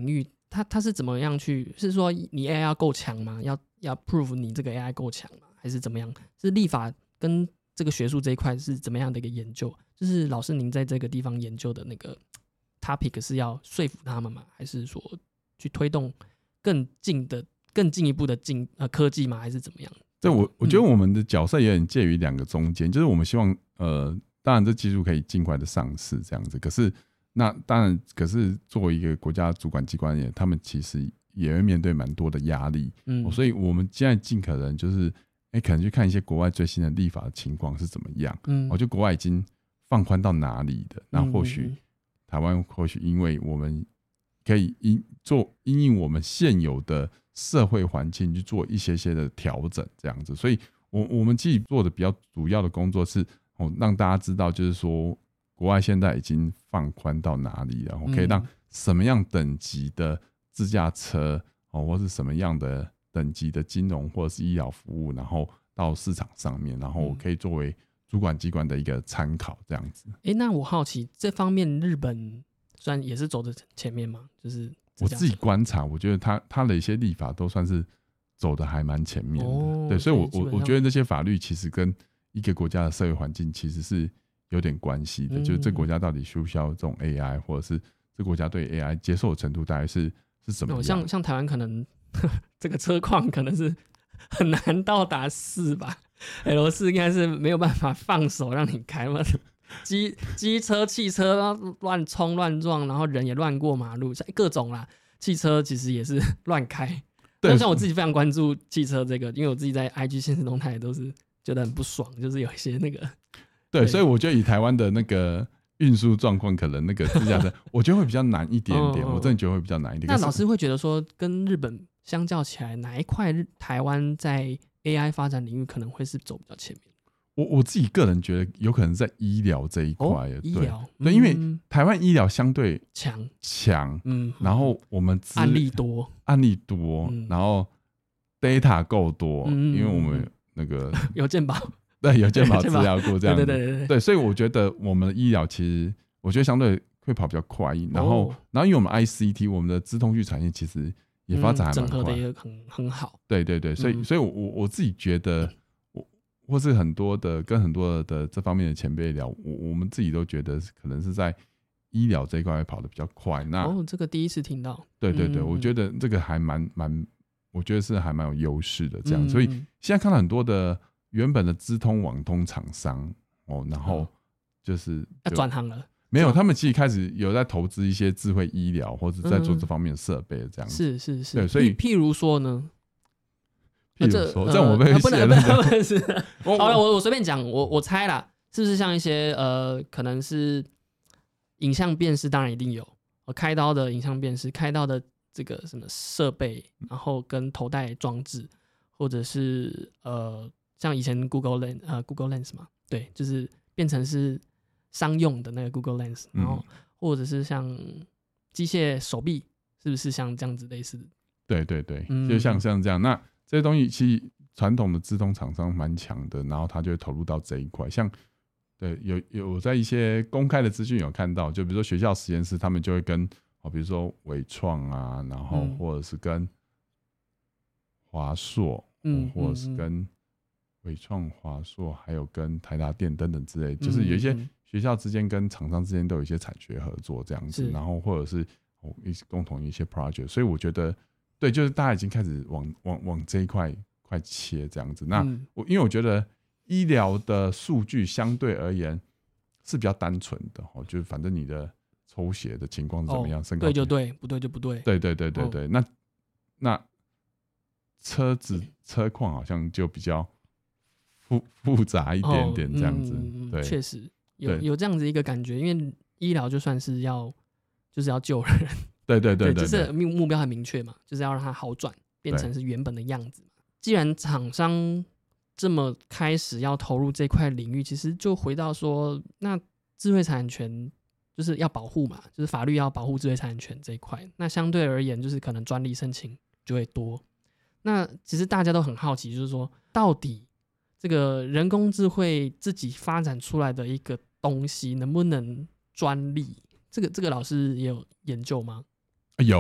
它它是怎么样去？是说你 A I 要够强吗？要要 prove 你这个 A I 够强吗？还是怎么样？是立法跟这个学术这一块是怎么样的一个研究？就是老师您在这个地方研究的那个 topic 是要说服他们吗？还是说去推动更近的、更进一步的进呃科技吗？还是怎么样？ 对，我我觉得我们的角色也很介于两个中间，嗯、就是我们希望呃，当然这技术可以尽快的上市这样子，可是那当然，可是作为一个国家主管机关也，他们其实也会面对蛮多的压力，嗯、哦，所以我们现在尽可能就是，哎、欸，可能去看一些国外最新的立法的情况是怎么样，嗯，我觉得国外已经放宽到哪里的，那或许台湾或许因为我们可以因做因应我们现有的社会环境去做一些些的调整，这样子，所以我我们自己做的比较主要的工作是，哦，让大家知道，就是说国外现在已经放宽到哪里了，然后可以让什么样等级的自驾车，哦，或是什么样的等级的金融或者是医疗服务，然后到市场上面，然后可以作为主管机关的一个参考，这样子。 哎、欸，那我好奇这方面日本虽然也是走在前面嘛，就是我自己观察，我觉得他他的一些立法都算是走的还蛮前面的，哦、对，所以我我我觉得这些法律其实跟一个国家的社会环境其实是有点关系的，嗯、就是这个国家到底需不需要这种 A I， 或者是这个国家对 A I 接受的程度大概是是什么样？ 像像台湾可能这个车况可能是很难到达四吧 ，L 四应该是没有办法放手让你开嘛。机机车、汽车乱冲乱撞，然后人也乱过马路，各种啦。汽车其实也是乱开。对，像我自己非常关注汽车这个，因为我自己在 I G 限时动态都是觉得很不爽，就是有一些那个。 对，对所以我觉得以台湾的那个运输状况，可能那个自驾车，我觉得会比较难一点点。哦、我真的觉得会比较难一点。 那老师会觉得说，跟日本相较起来，哪一块台湾在 A I 发展领域可能会是走比较前面？ 我我自己个人觉得有可能在医疗这一块、哦， 医疗对，对，因为台湾医疗相对强强，嗯，然后我们案例多， 案例多，嗯、然后 data 够多，嗯、因为我们那个有健保， 对，有健保资料库这样子， 对对对 对, 对，所以我觉得我们的医疗其实我觉得相对会跑比较快，然后、哦、然后因为我们 I C T 我们的资通讯产业其实也发展还蛮快， 嗯、整合的也很很好， 对对对，所以、嗯、所以我我自己觉得。或是很多的跟很多的这方面的前辈聊，我我们自己都觉得可能是在医疗这一块会跑得比较快。那哦，这个第一次听到。 对对对，嗯、我觉得这个还蛮蛮，我觉得是还蛮有优势的这样。嗯、所以现在看到很多的原本的资通网通厂商哦，然后就是要转行了。 没有，他们其实开始有在投资一些智慧医疗，或者在做这方面的设备这样子。 是是是。 对，所以譬如说呢？ 譬如说，这样、呃、我被不能不能不能是。好了，我我随便讲，我我猜啦，是不是像一些呃，可能是影像辨识，当然一定有，开刀的影像辨识，开刀的这个什么设备，然后跟头戴装置，或者是呃，像以前 Google Lens 呃 Google Lens 嘛，对，就是变成是商用的那个 Google Lens， 然后或者是像机械手臂，是不是像这样子类似的？ 对对对，就像像这样那。这些东西其实传统的资通厂商蛮强的，然后他就会投入到这一块。像对有有在一些公开的资讯有看到，就比如说学校实验室，他们就会跟哦，比如说伟创啊，然后或者是跟华硕，嗯，或者是跟伟创、华硕，还有跟台达电等等之类，就是有一些学校之间跟厂商之间都有一些产学合作这样子，然后或者是哦一共同一些 project， 所以我觉得。对，就是大家已经开始往往往这一块块切这样子。那我、嗯、因为我觉得医疗的数据相对而言是比较单纯的，就是反正你的抽血的情况是怎么样， 哦、对就对，不对就不对。 对对对对对，哦、那那车子车况好像就比较复复杂一点点这样子。哦嗯、对， 确实有有这样子一个感觉，因为医疗就算是要就是要救人。 对对 对, 对, 对， 就是目标很明确嘛，就是要让它好转，变成是原本的样子。既然厂商这么开始要投入这块领域，其实就回到说，那智慧产权就是要保护嘛，就是法律要保护智慧产权这一块。那相对而言，就是可能专利申请就会多。那其实大家都很好奇，就是说，到底这个人工智慧自己发展出来的一个东西，能不能专利？这个这个老师也有研究吗？ 有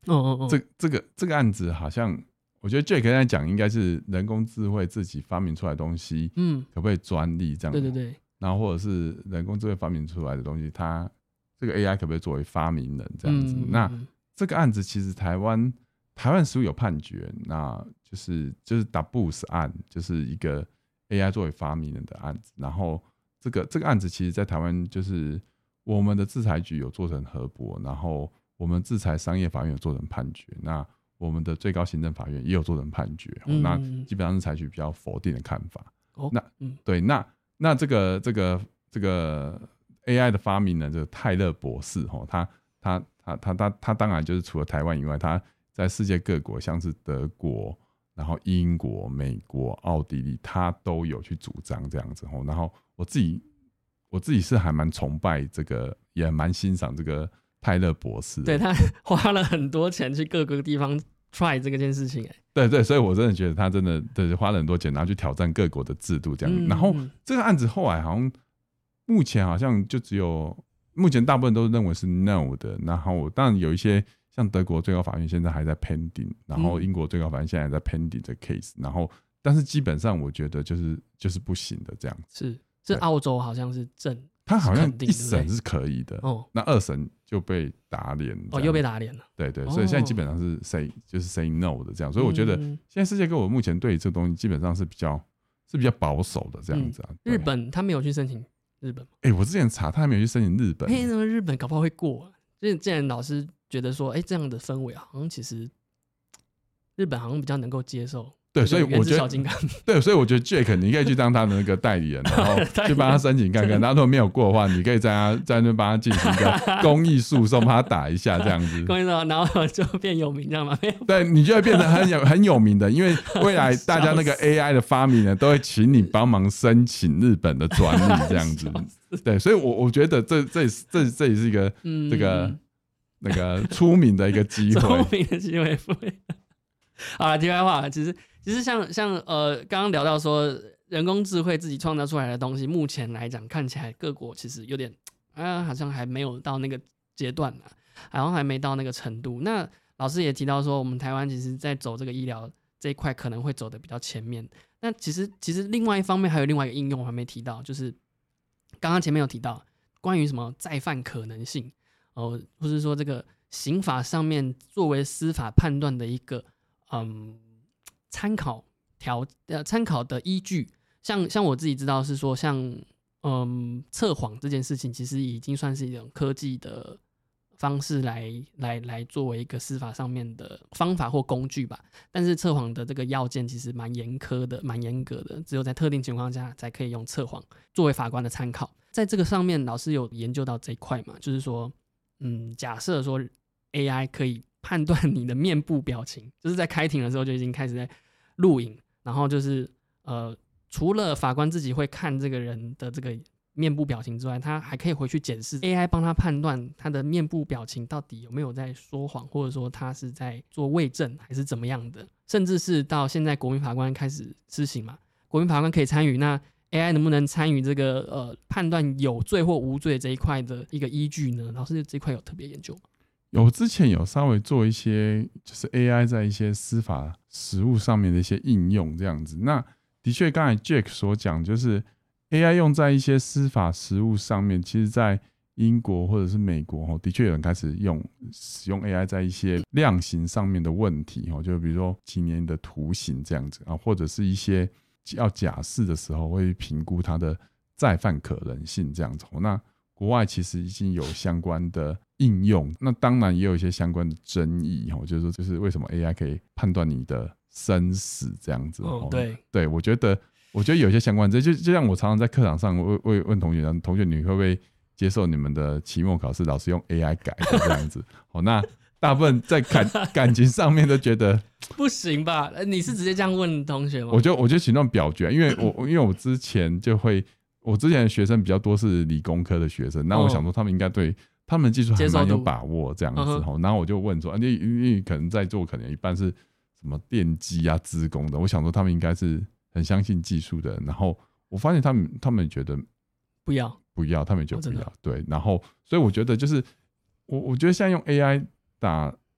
哦哦哦， 这这个这个案子好像，我觉得 Jack 在讲应该是人工智慧自己发明出来的东西，嗯，可不可以专利这样？ 对对对。 然后或者是人工智慧发明出来的东西，它这个 A I 可不可以作为发明人这样子？嗯、那这个案子其实台湾台湾实务有判决，那就是就是 Dabus 案，就是一个 A I 作为发明人的案子。然后这个这个案子其实在台湾就是我们的制裁局有做成核驳，然后我们制裁商业法院有做成判决，那我们的最高行政法院也有做成判决，嗯、那基本上是采取比较否定的看法。哦、那、嗯、对，那那这个这个这个 A I 的发明人，这个泰勒博士，他他他他他他当然就是除了台湾以外，他在世界各国，像是德国、然后英国、美国、奥地利，他都有去主张这样子。然后我自己我自己是还蛮崇拜这个，也蛮欣赏这个泰勒博士。 对，他花了很多钱去各个地方 try 这个件事情、欸。 对对，所以我真的觉得他真的对花了很多钱，然后去挑战各国的制度这样。嗯、然后这个案子后来好像目前好像就只有目前大部分都认为是 no 的，然后当然有一些像德国最高法院现在还在 pending， 然后英国最高法院现在还在 pending 这 case， 然后但是基本上我觉得就是就是不行的这样子。 是，这澳洲好像是正， 他好像一审是可以的，哦，那二审就被打脸， 哦，又被打脸了。 对对，所以现在基本上是 say 就是 say no 的这样，所以我觉得现在世界各国目前对这个东西基本上是比较是比较保守的这样子啊。 嗯、日本他没有去申请日本， 哎、欸，我之前查他还没有去申请日本， 哎、欸，那么日本搞不好会过、啊，就是既然老师觉得说，哎、欸，这样的氛围好像其实日本好像比较能够接受。 对，所以我觉得，对，所以我觉得 Jack 你可以去当他的那个代理人，然后去帮他申请看看。然后如果没有过的话，你可以在他在那边帮他进行一个公益诉讼，帮他打一下这样子。 公益诉讼，然后就变有名，这样吗？ 对，你就会变成很有很有名的，因为未来大家那个 A I 的发明呢，都会请你帮忙申请日本的专利这样子。对，所以我我觉得这这这这也是一个、嗯、这个那个出名的一个机会， 出名的机会。好了，题外话，其实。其实像像呃，刚刚聊到说人工智慧自己创造出来的东西，目前来讲看起来各国其实有点啊，好像还没有到那个阶段呢，好像还没到那个程度。那老师也提到说，我们台湾其实在走这个医疗这一块可能会走得比较前面。那其实其实另外一方面还有另外一个应用我还没提到，就是刚刚前面有提到关于什么再犯可能性，哦，或是说这个刑法上面作为司法判断的一个嗯。参考条呃参考的依据，像像我自己知道是说，像嗯测谎这件事情，其实已经算是一种科技的方式来来来作为一个司法上面的方法或工具吧。但是测谎的这个要件其实蛮严苛的，蛮严格的，只有在特定情况下才可以用测谎作为法官的参考。在这个上面，老师有研究到这一块嘛？就是说，嗯，假设说 A I 可以判断你的面部表情，就是在开庭的时候就已经开始在录影，然后就是呃，除了法官自己会看这个人的这个面部表情之外，他还可以回去检视 A I 帮他判断他的面部表情到底有没有在说谎，或者说他是在做伪证还是怎么样的，甚至是到现在国民法官开始施行嘛，国民法官可以参与，那 A I 能不能参与这个呃判断有罪或无罪这一块的一个依据呢？老师这一块有特别研究吗？ 有，之前有稍微做一些，就是 A I 在一些司法实务上面的一些应用这样子。那的确，刚才 Jack 所讲，就是 A I 用在一些司法实务上面，其实在英国或者是美国，的确有人开始用使用 A I 在一些量刑上面的问题，就比如说几年的徒刑这样子啊，或者是一些要假释的时候会评估它的再犯可能性这样子。那国外其实已经有相关的应用，那当然也有一些相关的争议，就是说，就是为什么 A I 可以判断你的生死这样子。 哦，对， 对，我觉得，我觉得有一些相关，就就像我常常在课堂上会会问同学，同学你会不会接受你们的期末考试老师用 A I 改的这样子？哦，那大部分在感感情上面都觉得不行吧？你是直接这样问同学吗？ 我就我就请他们表决，因为我因为我之前就会。我之前的学生比较多是理工科的学生，那我想说他们应该对他们的技术还蛮有把握这样子，然后我就问说，你你可能在座可能一半是什么电机啊、资工的，我想说他们应该是很相信技术的，然后我发现他们他们觉得不要不要，他们就不要，对，然后所以我觉得就是我我觉得现在用 A I 打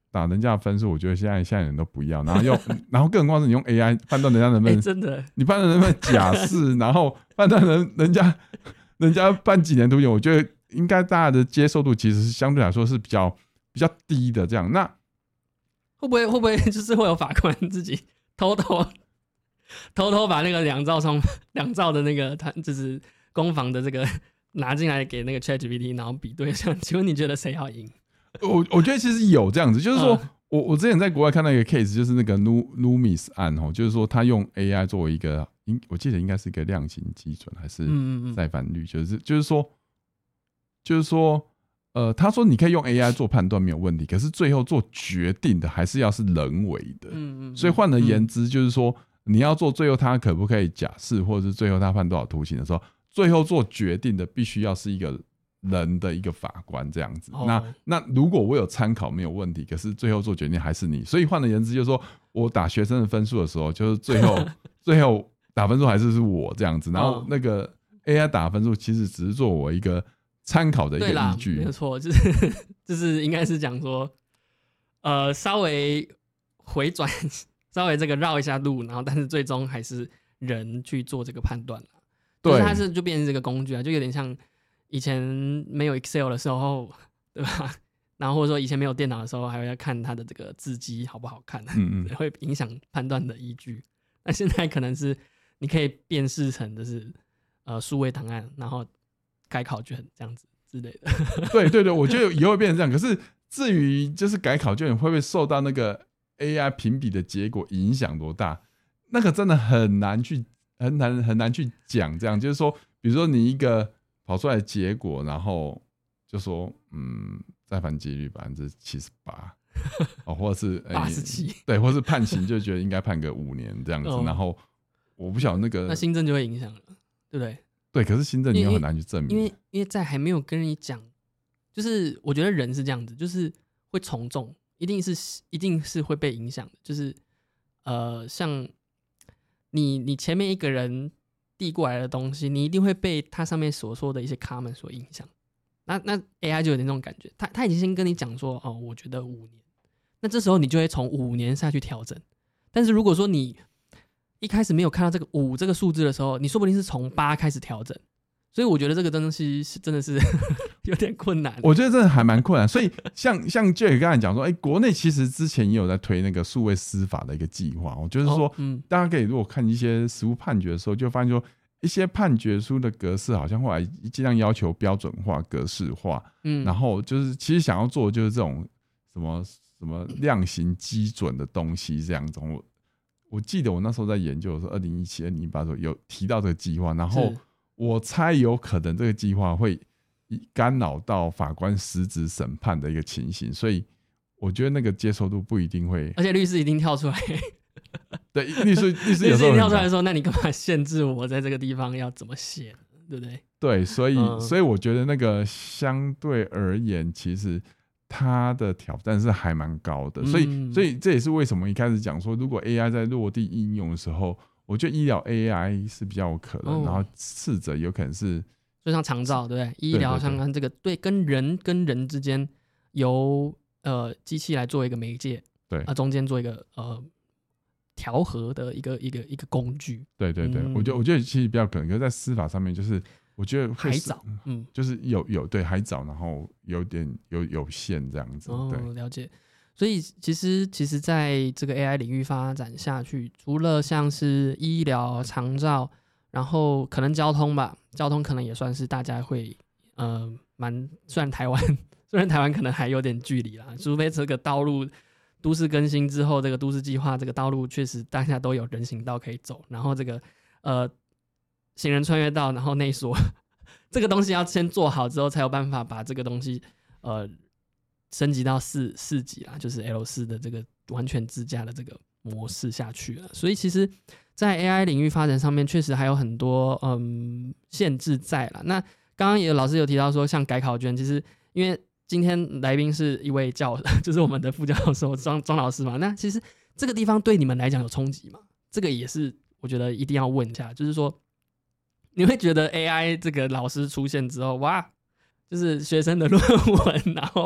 打人家的分数，我觉得现在现在人都不要，然后用然后更何况是你用 A I 判断人家能不能、 欸、真的， 你判断能不能假释，然后判断人人家人家判几年徒刑，我觉得应该大家的接受度其实是相对来说是比较比较低的这样。那会不会会不会就是会有法官自己偷偷偷偷把那个两兆双两兆的那个他就是攻防的这个拿进来给那个 ChatGPT， 然后比对上，请问你觉得谁要赢？ 我我觉得其实有这样子，就是说、嗯、我我之前在国外看到一个 case， 就是那个 Loomis 案哦，就是说他用 A I 作为一个，我记得应该是一个量刑基准还是再犯率，就是就是说就是说呃，他说你可以用 A I 做判断没有问题，可是最后做决定的还是要是人为的。嗯嗯。所以换而言之，就是说你要做最后他可不可以假释，或者是最后他判多少徒刑的时候，最后做决定的必须要是一个人的一个法官这样子。哦、那那如果我有参考没有问题，可是最后做决定还是你。所以换而言之，就是说我打学生的分数的时候，就是最后最后打分数还是是我这样子，然后那个 A I 打分数其实只是做我一个参考的一个依据。 没错，就是就是应该是讲说，呃，稍微回转，稍微这个绕一下路，然后但是最终还是人去做这个判断了。对，就是它是就变成这个工具啊，就有点像以前没有 Excel 的时候，对吧？然后或者说以前没有电脑的时候，还会要看它的这个字迹好不好看，嗯嗯，会影响判断的依据。那现在可能是你可以辨识成就是呃数位档案，然后改考卷这样子之类的。 对对对，我觉得以后会变成这样。可是至于就是改考卷会不会受到那个 A I 评比的结果影响多大，那个真的很难去很难很难去讲。这样就是说，比如说你一个跑出来的结果，然后就说嗯再犯几率百分之七十八，哦，或者是八十七， 对，或是判刑就觉得应该判个五年这样子。哦、然后我不晓得那个那新政就会影响了，对不对？ 对，可是新政你又很难去证明， 因为因为在还没有跟你讲，就是我觉得人是这样子，就是会从众，一定是一定是会被影响的，就是呃，像你你前面一个人递过来的东西，你一定会被他上面所说的一些 comment 所影响。那那 A I 就有点那种感觉，他他已经先跟你讲说，哦，我觉得五年，那这时候你就会从五年下去调整。但是如果说你一开始没有看到这个五这个数字的时候，你说不定是从八开始调整，所以我觉得这个东西是真的是有点困难。 我觉得真的还蛮困难。所以像像 Jack 刚才讲说，哎、欸，国内其实之前也有在推那个数位司法的一个计划，我就是说、哦嗯，大家可以如果看一些实务判决的时候，就发现说一些判决书的格式好像后来尽量要求标准化、格式化，嗯，然后就是其实想要做的就是这种什么什么量刑基准的东西这样子。我我记得我那时候在研究的时候，二零一七、二零一八的时候有提到这个计划，然后我猜有可能这个计划会干扰到法官实质审判的一个情形，所以我觉得那个接受度不一定会， 而且律师一定跳出来， 对，律师律师有时候一定跳出来说，那你干嘛限制我在这个地方要怎么写，对不对？ 对，所以、嗯、所以我觉得那个相对而言，其实它的挑战是还蛮高的，所以、嗯、所以这也是为什么一开始讲说，如果 A I 在落地应用的时候，我觉得医疗 A I 是比较有可能，哦、然后次者有可能是， 就像长照，对不对？医疗相关这个对跟人跟人之间由呃机器来做一个媒介，对啊、呃，中间做一个呃调和的一个一个一个工具。对对对，嗯、 我觉得我觉得其实比较可能，可是在司法上面就是。我觉得还早，嗯， 就是有有对还早，然后有点有有限这样子， 哦， 对， 了解。所以其实其实在这个 A I 领域发展下去，除了像是医疗、长照，然后可能交通吧，交通可能也算是大家会呃蛮，虽然台湾虽然台湾可能还有点距离啦，除非这个道路都市更新之后，这个都市计划这个道路确实大家都有人行道可以走，然后这个呃。行人穿越道，然后内锁这个东西要先做好之后，才有办法把这个东西呃升级到四四级啦，就是 L 四 的这个完全自驾的这个模式下去了。所以其实，在 A I 领域发展上面，确实还有很多嗯限制在啦。那刚刚也有老师有提到说，像改考卷，其实因为今天来宾是一位教，就是我们的副教授庄庄老师嘛。那其实这个地方对你们来讲有冲击吗？这个也是我觉得一定要问一下，就是说。你会觉得 A I 这个老师出现之后，哇，就是学生的论文，然后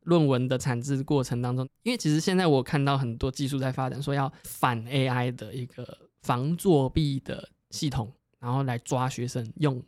论文的产制过程当中，因为其实现在我看到很多技术在发展，说要反 A I 的一个防作弊的系统，然后来抓学生用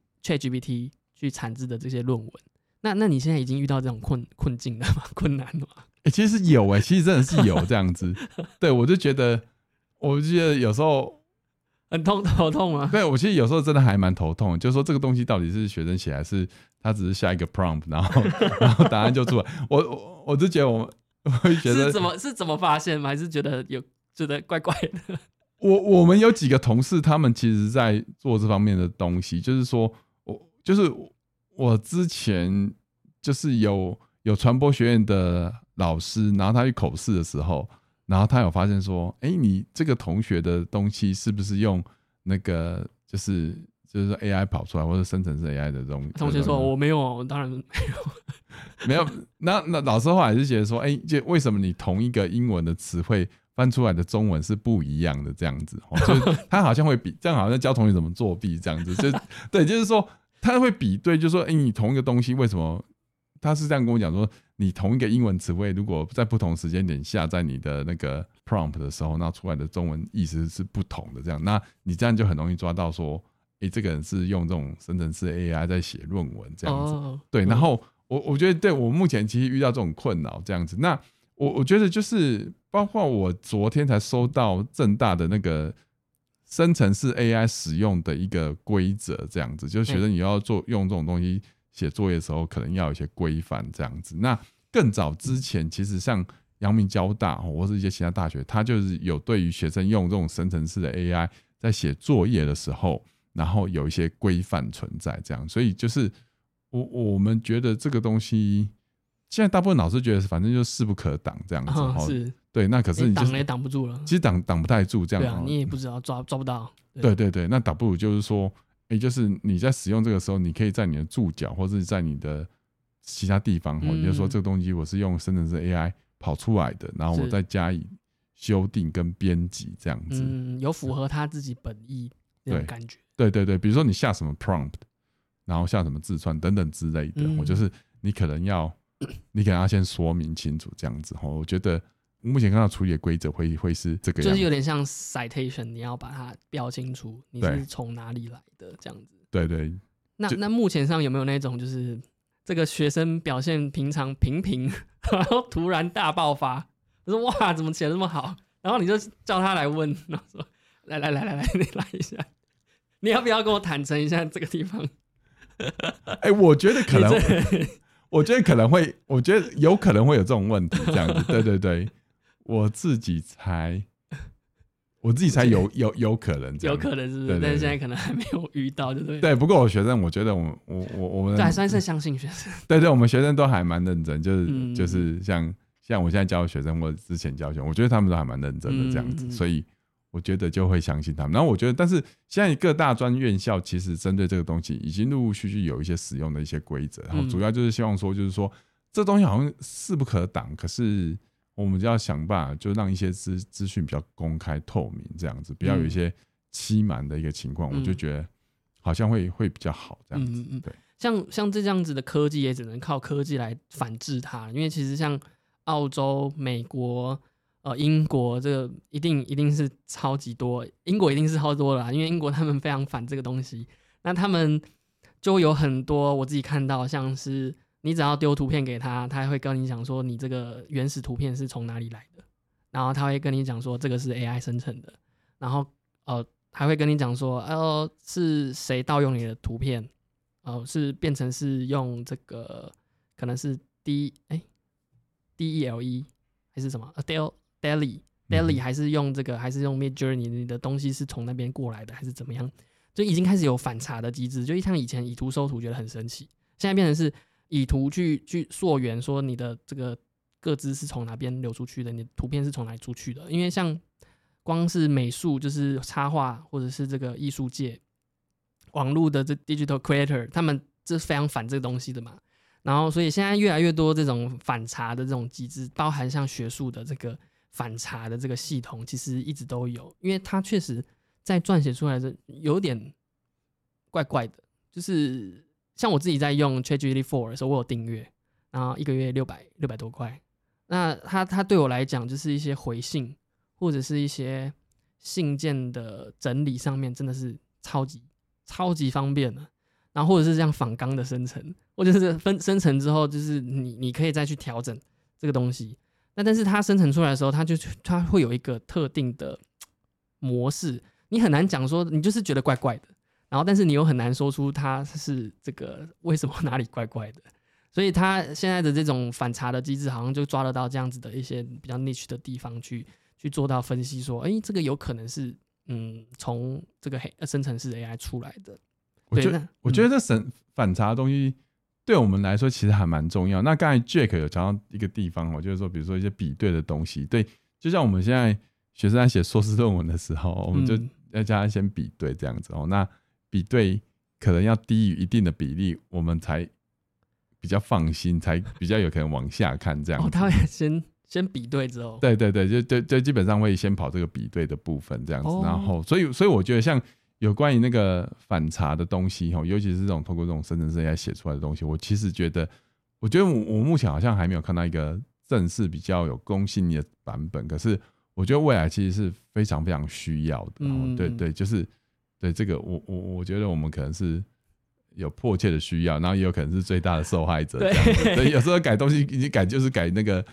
ChatGPT 去产制的这些论文。那那你现在已经遇到这种困困境了吗？困难了吗？ 欸、其实有哎、欸，其实真的是有这样子。对，我就觉得，我就觉得有时候很痛头痛吗？ 对，我其实有时候真的还蛮头痛的，就是说这个东西到底是学生写还是他只是下一个 prompt， 然后然后答案就出来。我我我就觉得我我会觉得是怎么是怎么发现吗？还是觉得有觉得怪怪的？ 我我们有几个同事，他们其实在做这方面的东西，就是说我就是我之前就是有有传播学院的老师，然后他去口试的时候，然后他有发现说，哎、欸，你这个同学的东西是不是用那个就是就是说 A I 跑出来，或者生成式 A I 的东西？ 同学说我没有，我当然没有， 没有。那那老师后来是觉得说，哎、欸，为什么你同一个英文的词汇翻出来的中文是不一样的？这样子，就是他好像会比这样，好像教同学怎么作弊这样子，就对，就是说他会比对，就是说，哎、欸，你同一个东西为什么？他是这样跟我讲说，你同一个英文词汇，如果在不同时间点下在你的那个 prompt 的时候，那出来的中文意思是不同的。这样，那你这样就很容易抓到说，哎、欸，这个人是用这种生成式 A I 在写论文这样子。哦、对，然后我我觉得，对我目前其实遇到这种困扰这样子。那我我觉得就是包括我昨天才收到政大的那个生成式 A I 使用的一个规则，这样子，就是学生你要做用这种东西写作业的时候，可能要有一些规范这样子。那更早之前，其实像阳明交大或是一些其他大学，它就是有对于学生用这种生成式的 A I 在写作业的时候，然后有一些规范存在这样。所以就是我我们觉得这个东西，现在大部分老师觉得反正就势不可挡这样子。哦、是，对，那可是你挡也挡不住了， 其实挡挡不太住这样。 对啊，你也不知道抓抓不到。 对对 对, 对，那倒不如就是说。也就是你在使用这个时候，你可以在你的注脚或者在你的其他地方，嗯、你就说这个东西我是用生成式 A I 跑出来的，然后我再加以修订跟编辑这样子， 嗯，有符合他自己本意那种感觉。 对对对，比如说你下什么 prompt， 然后下什么字串等等之类的，嗯、我就是你可能要你可能要先说明清楚这样子。我觉得目前看到处理的规则会会是这个样子， 就是有点像 citation， 你要把它标清楚，你是从哪里来的这样子。 对对。 那那目前上有没有那种就是这个学生表现平常平平，然后突然大爆发，就说哇怎么写得这么好，然后你就叫他来问，然后说来来来来来你来一下，你要不要跟我坦诚一下这个地方？ 哎、欸，我觉得可能，我觉得可能会，我觉得有可能会有这种问题这样子。对对对。我自己猜，我自己猜有有有可能这样， 有可能是不是？对对对，但是现在可能还没有遇到，对不对？ 对，不过我学生，我觉得我我我我们对还算是相信学生。 对对，我们学生都还蛮认真，就是、嗯、就是像像我现在教学生或者之前教学生，我觉得他们都还蛮认真的这样子，嗯、所以我觉得就会相信他们。然后我觉得，但是现在各大专院校其实针对这个东西，已经陆陆续续有一些使用的一些规则，然后主要就是希望说，就是说、嗯、这东西好像势不可挡，可是。我们就要想办法，就让一些资资讯比较公开透明，这样子，不要有一些欺瞒的一个情况、嗯，我就觉得好像会会比较好，这样子。嗯嗯对， 像像这样子的科技，也只能靠科技来反制它，因为其实像澳洲、美国、呃英国，这个一定一定是超级多，英国一定是超多啦，因为英国他们非常反这个东西，那他们就有很多我自己看到，像是。你只要丢图片给他，他会跟你讲说你这个原始图片是从哪里来的，然后他会跟你讲说这个是 A I 生成的，然后呃还会跟你讲说呃是谁盗用你的图片，呃是变成是用这个可能是 D 哎 D E L E 还是什么 Del Delhi Delhi 还是用这个还是用 Midjourney 你的东西是从那边过来的还是怎么样，就已经开始有反查的机制，就像以前以图搜图觉得很神奇，现在变成是。以图去去溯源，说你的这个个资是从哪边流出去的，你的图片是从哪里出去的？因为像光是美术，就是插画或者是这个艺术界、网络的这 digital creator， 他们是非常反这个东西的嘛。然后，所以现在越来越多这种反查的这种机制，包含像学术的这个反查的这个系统，其实一直都有，因为它确实在撰写出来的有点怪怪的，就是。像我自己在用 ChatGPT 四 的时候，我有订阅， 然后一个月六百六百多块。那它它对我来讲，就是一些回信或者是一些信件的整理上面，真的是超级超级方便的。然后或者是这样仿纲的生成，或者是分生成之后，就是你你可以再去调整这个东西。那但是它生成出来的时候，它就它会有一个特定的模式，你很难讲说你就是觉得怪怪的，然后但是你又很难说出它是这个为什么哪里怪怪的。所以它现在的这种反查的机制，好像就抓得到这样子的一些比较 niche 的地方去去做到分析，说，哎，这个有可能是嗯从这个生成式 A I 出来的。 我觉得、嗯、我觉得这审反查的东西对我们来说其实还蛮重要。那刚才 Jack 有讲到一个地方，就是说比如说一些比对的东西，对，就像我们现在学生在写硕士论文的时候，我们就要叫他先比对这样子哦。那比对可能要低于一定的比例，我们才比较放心，才比较有可能往下看这样子。 哦，他会先先比对之后， 对对对，就就就基本上会先跑这个比对的部分这样子，哦、然后所以所以我觉得像有关于那个反查的东西，尤其是这种透过这种生成式 A I 写出来的东西，我其实觉得，我觉得 我, 我目前好像还没有看到一个正式比较有公信力的版本，可是我觉得未来其实是非常非常需要的。嗯、对对，就是对这个我我我觉得我们可能是有迫切的需要，然后也有可能是最大的受害者这样子。对，有时候改东西已经改就是改那个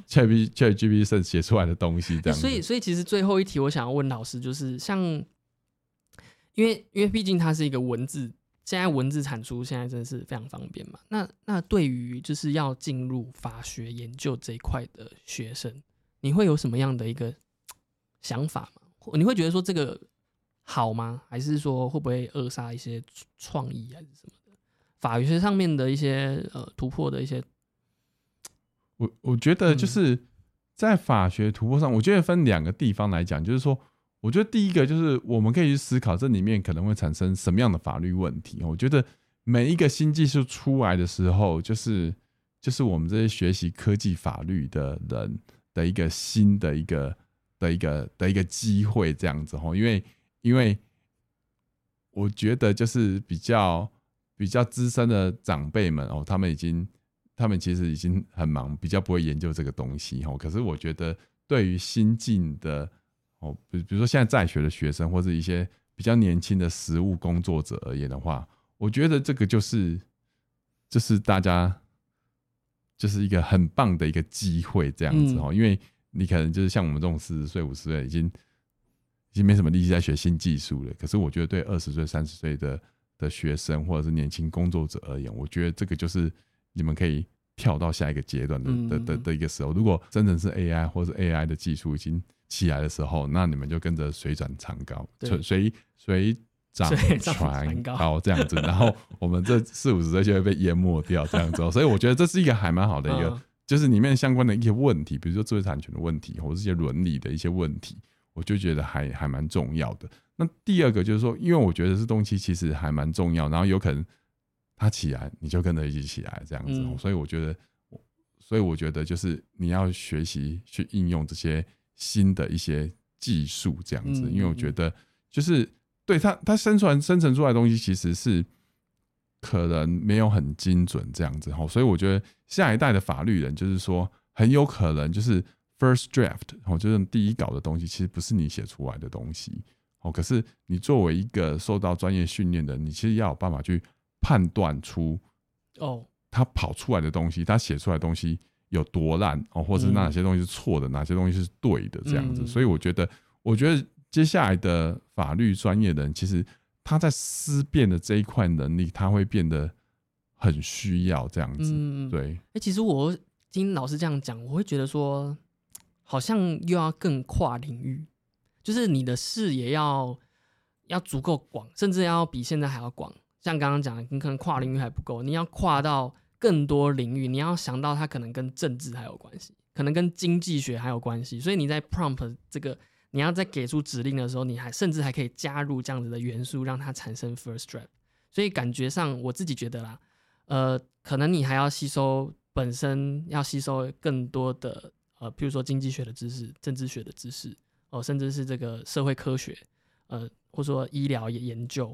ChatGPT 写出来的东西这样子。 所以所以其实最后一题我想要问老师，就是像因为因为毕竟它是一个文字，现在文字产出现在真的是非常方便嘛。那那对于就是要进入法学研究这一块的学生，你会有什么样的一个想法吗？你会觉得说这个好吗？还是说会不会扼杀一些创意还是什么的？法学上面的一些呃突破的一些， 我我觉得就是在法学突破上，我觉得分两个地方来讲，就是说，我觉得第一个就是我们可以去思考这里面可能会产生什么样的法律问题。我觉得每一个新技术出来的时候，就是就是我们这些学习科技法律的人的一个新的一个的一个的一个机会，这样子。因为因为我觉得就是比较比较资深的长辈们哦，他们已经他们其实已经很忙，比较不会研究这个东西哦。可是我觉得对于新进的哦，比如说现在在学的学生，或者一些比较年轻的实务工作者而言的话，我觉得这个就是就是大家就是一个很棒的一个机会，这样子哦。嗯、因为你可能就是像我们这种四十岁、五十岁已经已经没什么力气在学新技术了。可是我觉得对二十岁、三十岁的的学生或者是年轻工作者而言，我觉得这个就是你们可以跳到下一个阶段的、嗯、的, 的, 的一个时候。如果真的是 A I 或是 A I 的技术已经起来的时候，那你们就跟着水涨船高，水水涨船高这样子，然后我们这四五十岁就会被淹没掉这样子。所以我觉得这是一个还蛮好的一个、嗯，就是里面相关的一些问题，比如说知识产权的问题，或者是一些伦理的一些问题，我就觉得还还蛮重要的。那第二个就是说，因为我觉得这东西其实还蛮重要，然后有可能它起来，你就跟着一起起来这样子、嗯，所以我觉得，所以我觉得就是你要学习去应用这些新的一些技术这样子、嗯，因为我觉得就是对它它生出来生成出来的东西其实是可能没有很精准这样子，所以我觉得下一代的法律人就是说很有可能就是 first draft 就是第一稿的东西其实不是你写出来的东西，可是你作为一个受到专业训练的人，你其实要有办法去判断出哦他跑出来的东西，他写出来的东西有多烂，或者是哪些东西是错的、嗯、哪些东西是对的这样子、嗯、所以我觉得我觉得接下来的法律专业的人其实他在思辨的这一块能力他会变得很需要这样子、嗯、对、 欸、其实我听老师这样讲，我会觉得说好像又要更跨领域，就是你的视野要要足够广，甚至要比现在还要广。像刚刚讲的，你可能跨领域还不够，你要跨到更多领域，你要想到它可能跟政治还有关系，可能跟经济学还有关系，所以你在 prompt 这个你要在给出指令的时候，你还甚至还可以加入这样子的元素，让它产生 first draft。所以感觉上我自己觉得啦，呃，可能你还要吸收本身要吸收更多的呃，譬如说经济学的知识、政治学的知识，哦、呃，甚至是这个社会科学，呃，或者说医疗研究。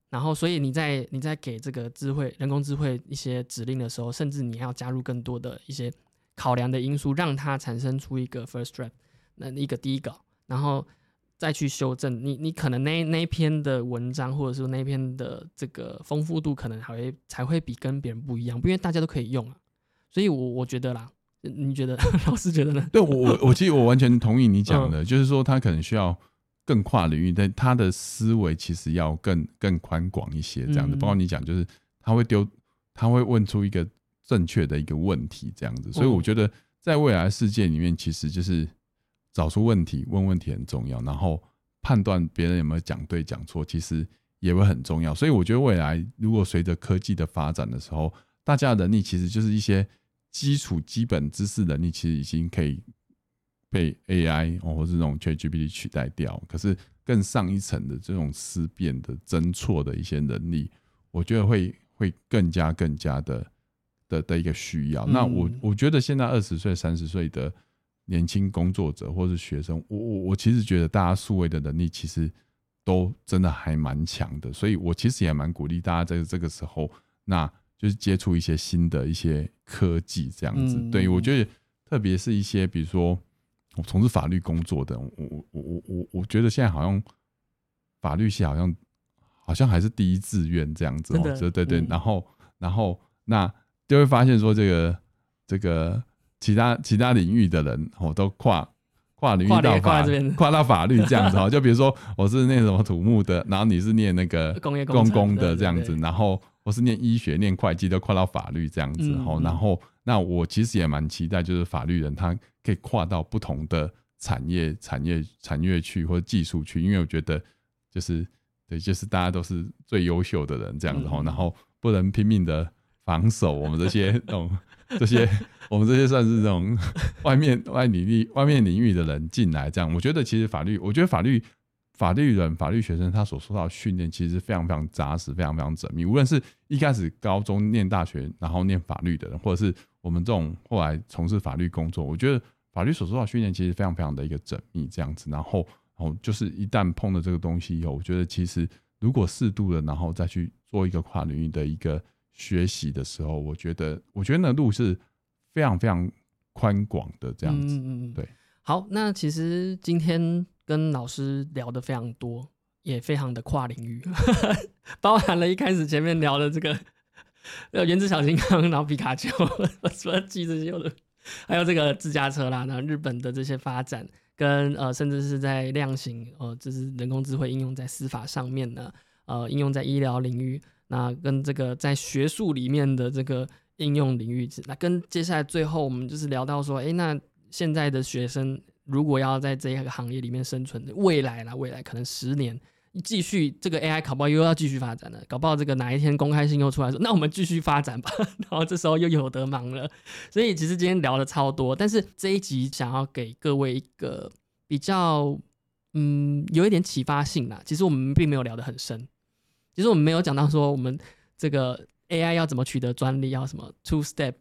然后所以你在你在给这个智慧人工智慧一些指令的时候，甚至你要加入更多的一些考量的因素，让它产生出一个 first draft， 那一个第一稿，然后再去修正你你可能那那一篇的文章或者说那一篇的这个丰富度可能还会才会比跟别人不一样，因为大家都可以用啊。所以我我觉得啦，你觉得老师觉得呢？ 对，我我其实我完全同意你讲的，嗯、就是说他可能需要更跨领域，但他的思维其实要更更宽广一些，这样子。包括你讲，就是他会丢，他会问出一个正确的一个问题，这样子。所以我觉得在未来的世界里面，其实就是找出问题，问问题很重要，然后判断别人有没有讲对讲错，其实也会很重要。所以我觉得未来如果随着科技的发展的时候，大家的能力其实就是一些基础基本知识能力，其实已经可以被 A I、哦、或是这种 ChatGPT 取代掉。可是更上一层的这种思辨的侦错的一些能力，我觉得会会更加更加的的的一个需要。嗯、那我我觉得现在二十岁、三十岁的年轻工作者或是学生，我我我其实觉得大家数位的能力其实都真的还蛮强的，所以我其实也蛮鼓励大家在这个时候，那就是接触一些新的一些科技这样子。嗯、对，我觉得特别是一些比如说我从事法律工作的，我我我我我觉得现在好像法律系好像好像还是第一志愿这样子。哦，对对对。嗯、然后然后那就会发现说这个这个其他其他领域的人，哦，都跨跨领域到法跨到法律这样子。哦，就比如说我是念什么土木的，然后你是念那个公工的这样子，对对对，然后我是念医学念会计都跨到法律这样子。嗯嗯，然后那我其实也蛮期待就是法律人他可以跨到不同的产业产业产业去或者技术去，因为我觉得就是对，就是大家都是最优秀的人这样子。嗯、然后不能拼命的防守我们这些那种这些我们这些算是这种外面外领域外面领域的人进来这样。我觉得其实法律我觉得法律法律人法律学生他所受到的训练其实非常非常扎实，非常非常缜密。无论是一开始高中念大学然后念法律的人，或者是我们这种后来从事法律工作，我觉得法律所受到的训练其实非常非常的一个缜密这样子。然后然后就是一旦碰了这个东西以后，我觉得其实如果适度的然后再去做一个跨领域的一个学习的时候，我觉得我觉得那路是非常非常宽广的这样子。嗯嗯，对。 好，那其实今天跟老师聊的非常多，也非常的跨领域，包含了一开始前面聊的这个原子小金刚，然后皮卡丘，什么记这些的，还有这个自驾车啦，然后日本的这些发展，跟呃甚至是在量刑，呃，就是人工智慧应用在司法上面呢，呃，应用在医疗领域，那跟这个在学术里面的这个应用领域，那跟接下来最后我们就是聊到说，哎，那现在的学生如果要在这个行业里面生存，未来啦，未来可能十年继续这个 A I 搞不好又要继续发展了，搞不好这个哪一天公开信又出来说，那我们继续发展吧，然后这时候又有得忙了。所以其实今天聊的超多，但是这一集想要给各位一个比较嗯有一点启发性啦。其实我们并没有聊得很深，其实我们没有讲到说我们这个 A I 要怎么取得专利，要什么 two step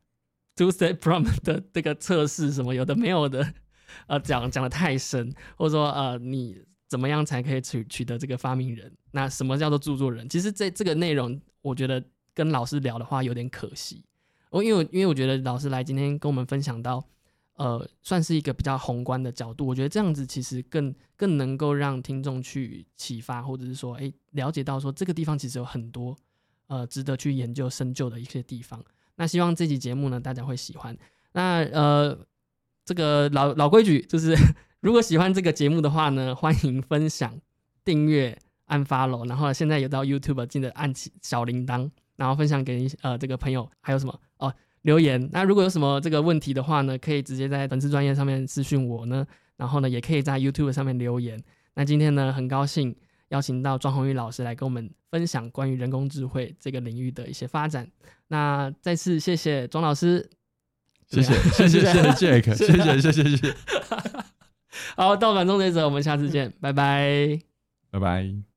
two step prompt 的这个测试什么有的没有的，呃，讲讲的太深，或者说呃你怎么样才可以 取, 取得这个发明人？那什么叫做著作人？其实这这个内容，我觉得跟老师聊的话有点可惜。我因为因为我觉得老师来今天跟我们分享到，呃，算是一个比较宏观的角度。我觉得这样子其实更更能够让听众去启发，或者是说，哎，了解到说这个地方其实有很多呃值得去研究深究的一些地方。那希望这期节目呢大家会喜欢。那呃，这个老老规矩就是。如果喜欢这个节目的话呢，欢迎分享、订阅、按 follow， 然后现在有到 YouTube 记得按起小铃铛，然后分享给呃这个朋友。还有什么哦？留言。那如果有什么这个问题的话呢，可以直接在粉丝专页上面私讯我呢，然后呢也可以在 YouTube 上面留言。那今天呢很高兴邀请到庄宏宇老师来跟我们分享关于人工智慧这个领域的一些发展。那再次谢谢庄老师， 谢谢谢谢谢谢 Jack， 谢谢谢谢谢谢。 好，盗版终结者，我们下次见，拜拜， 拜拜。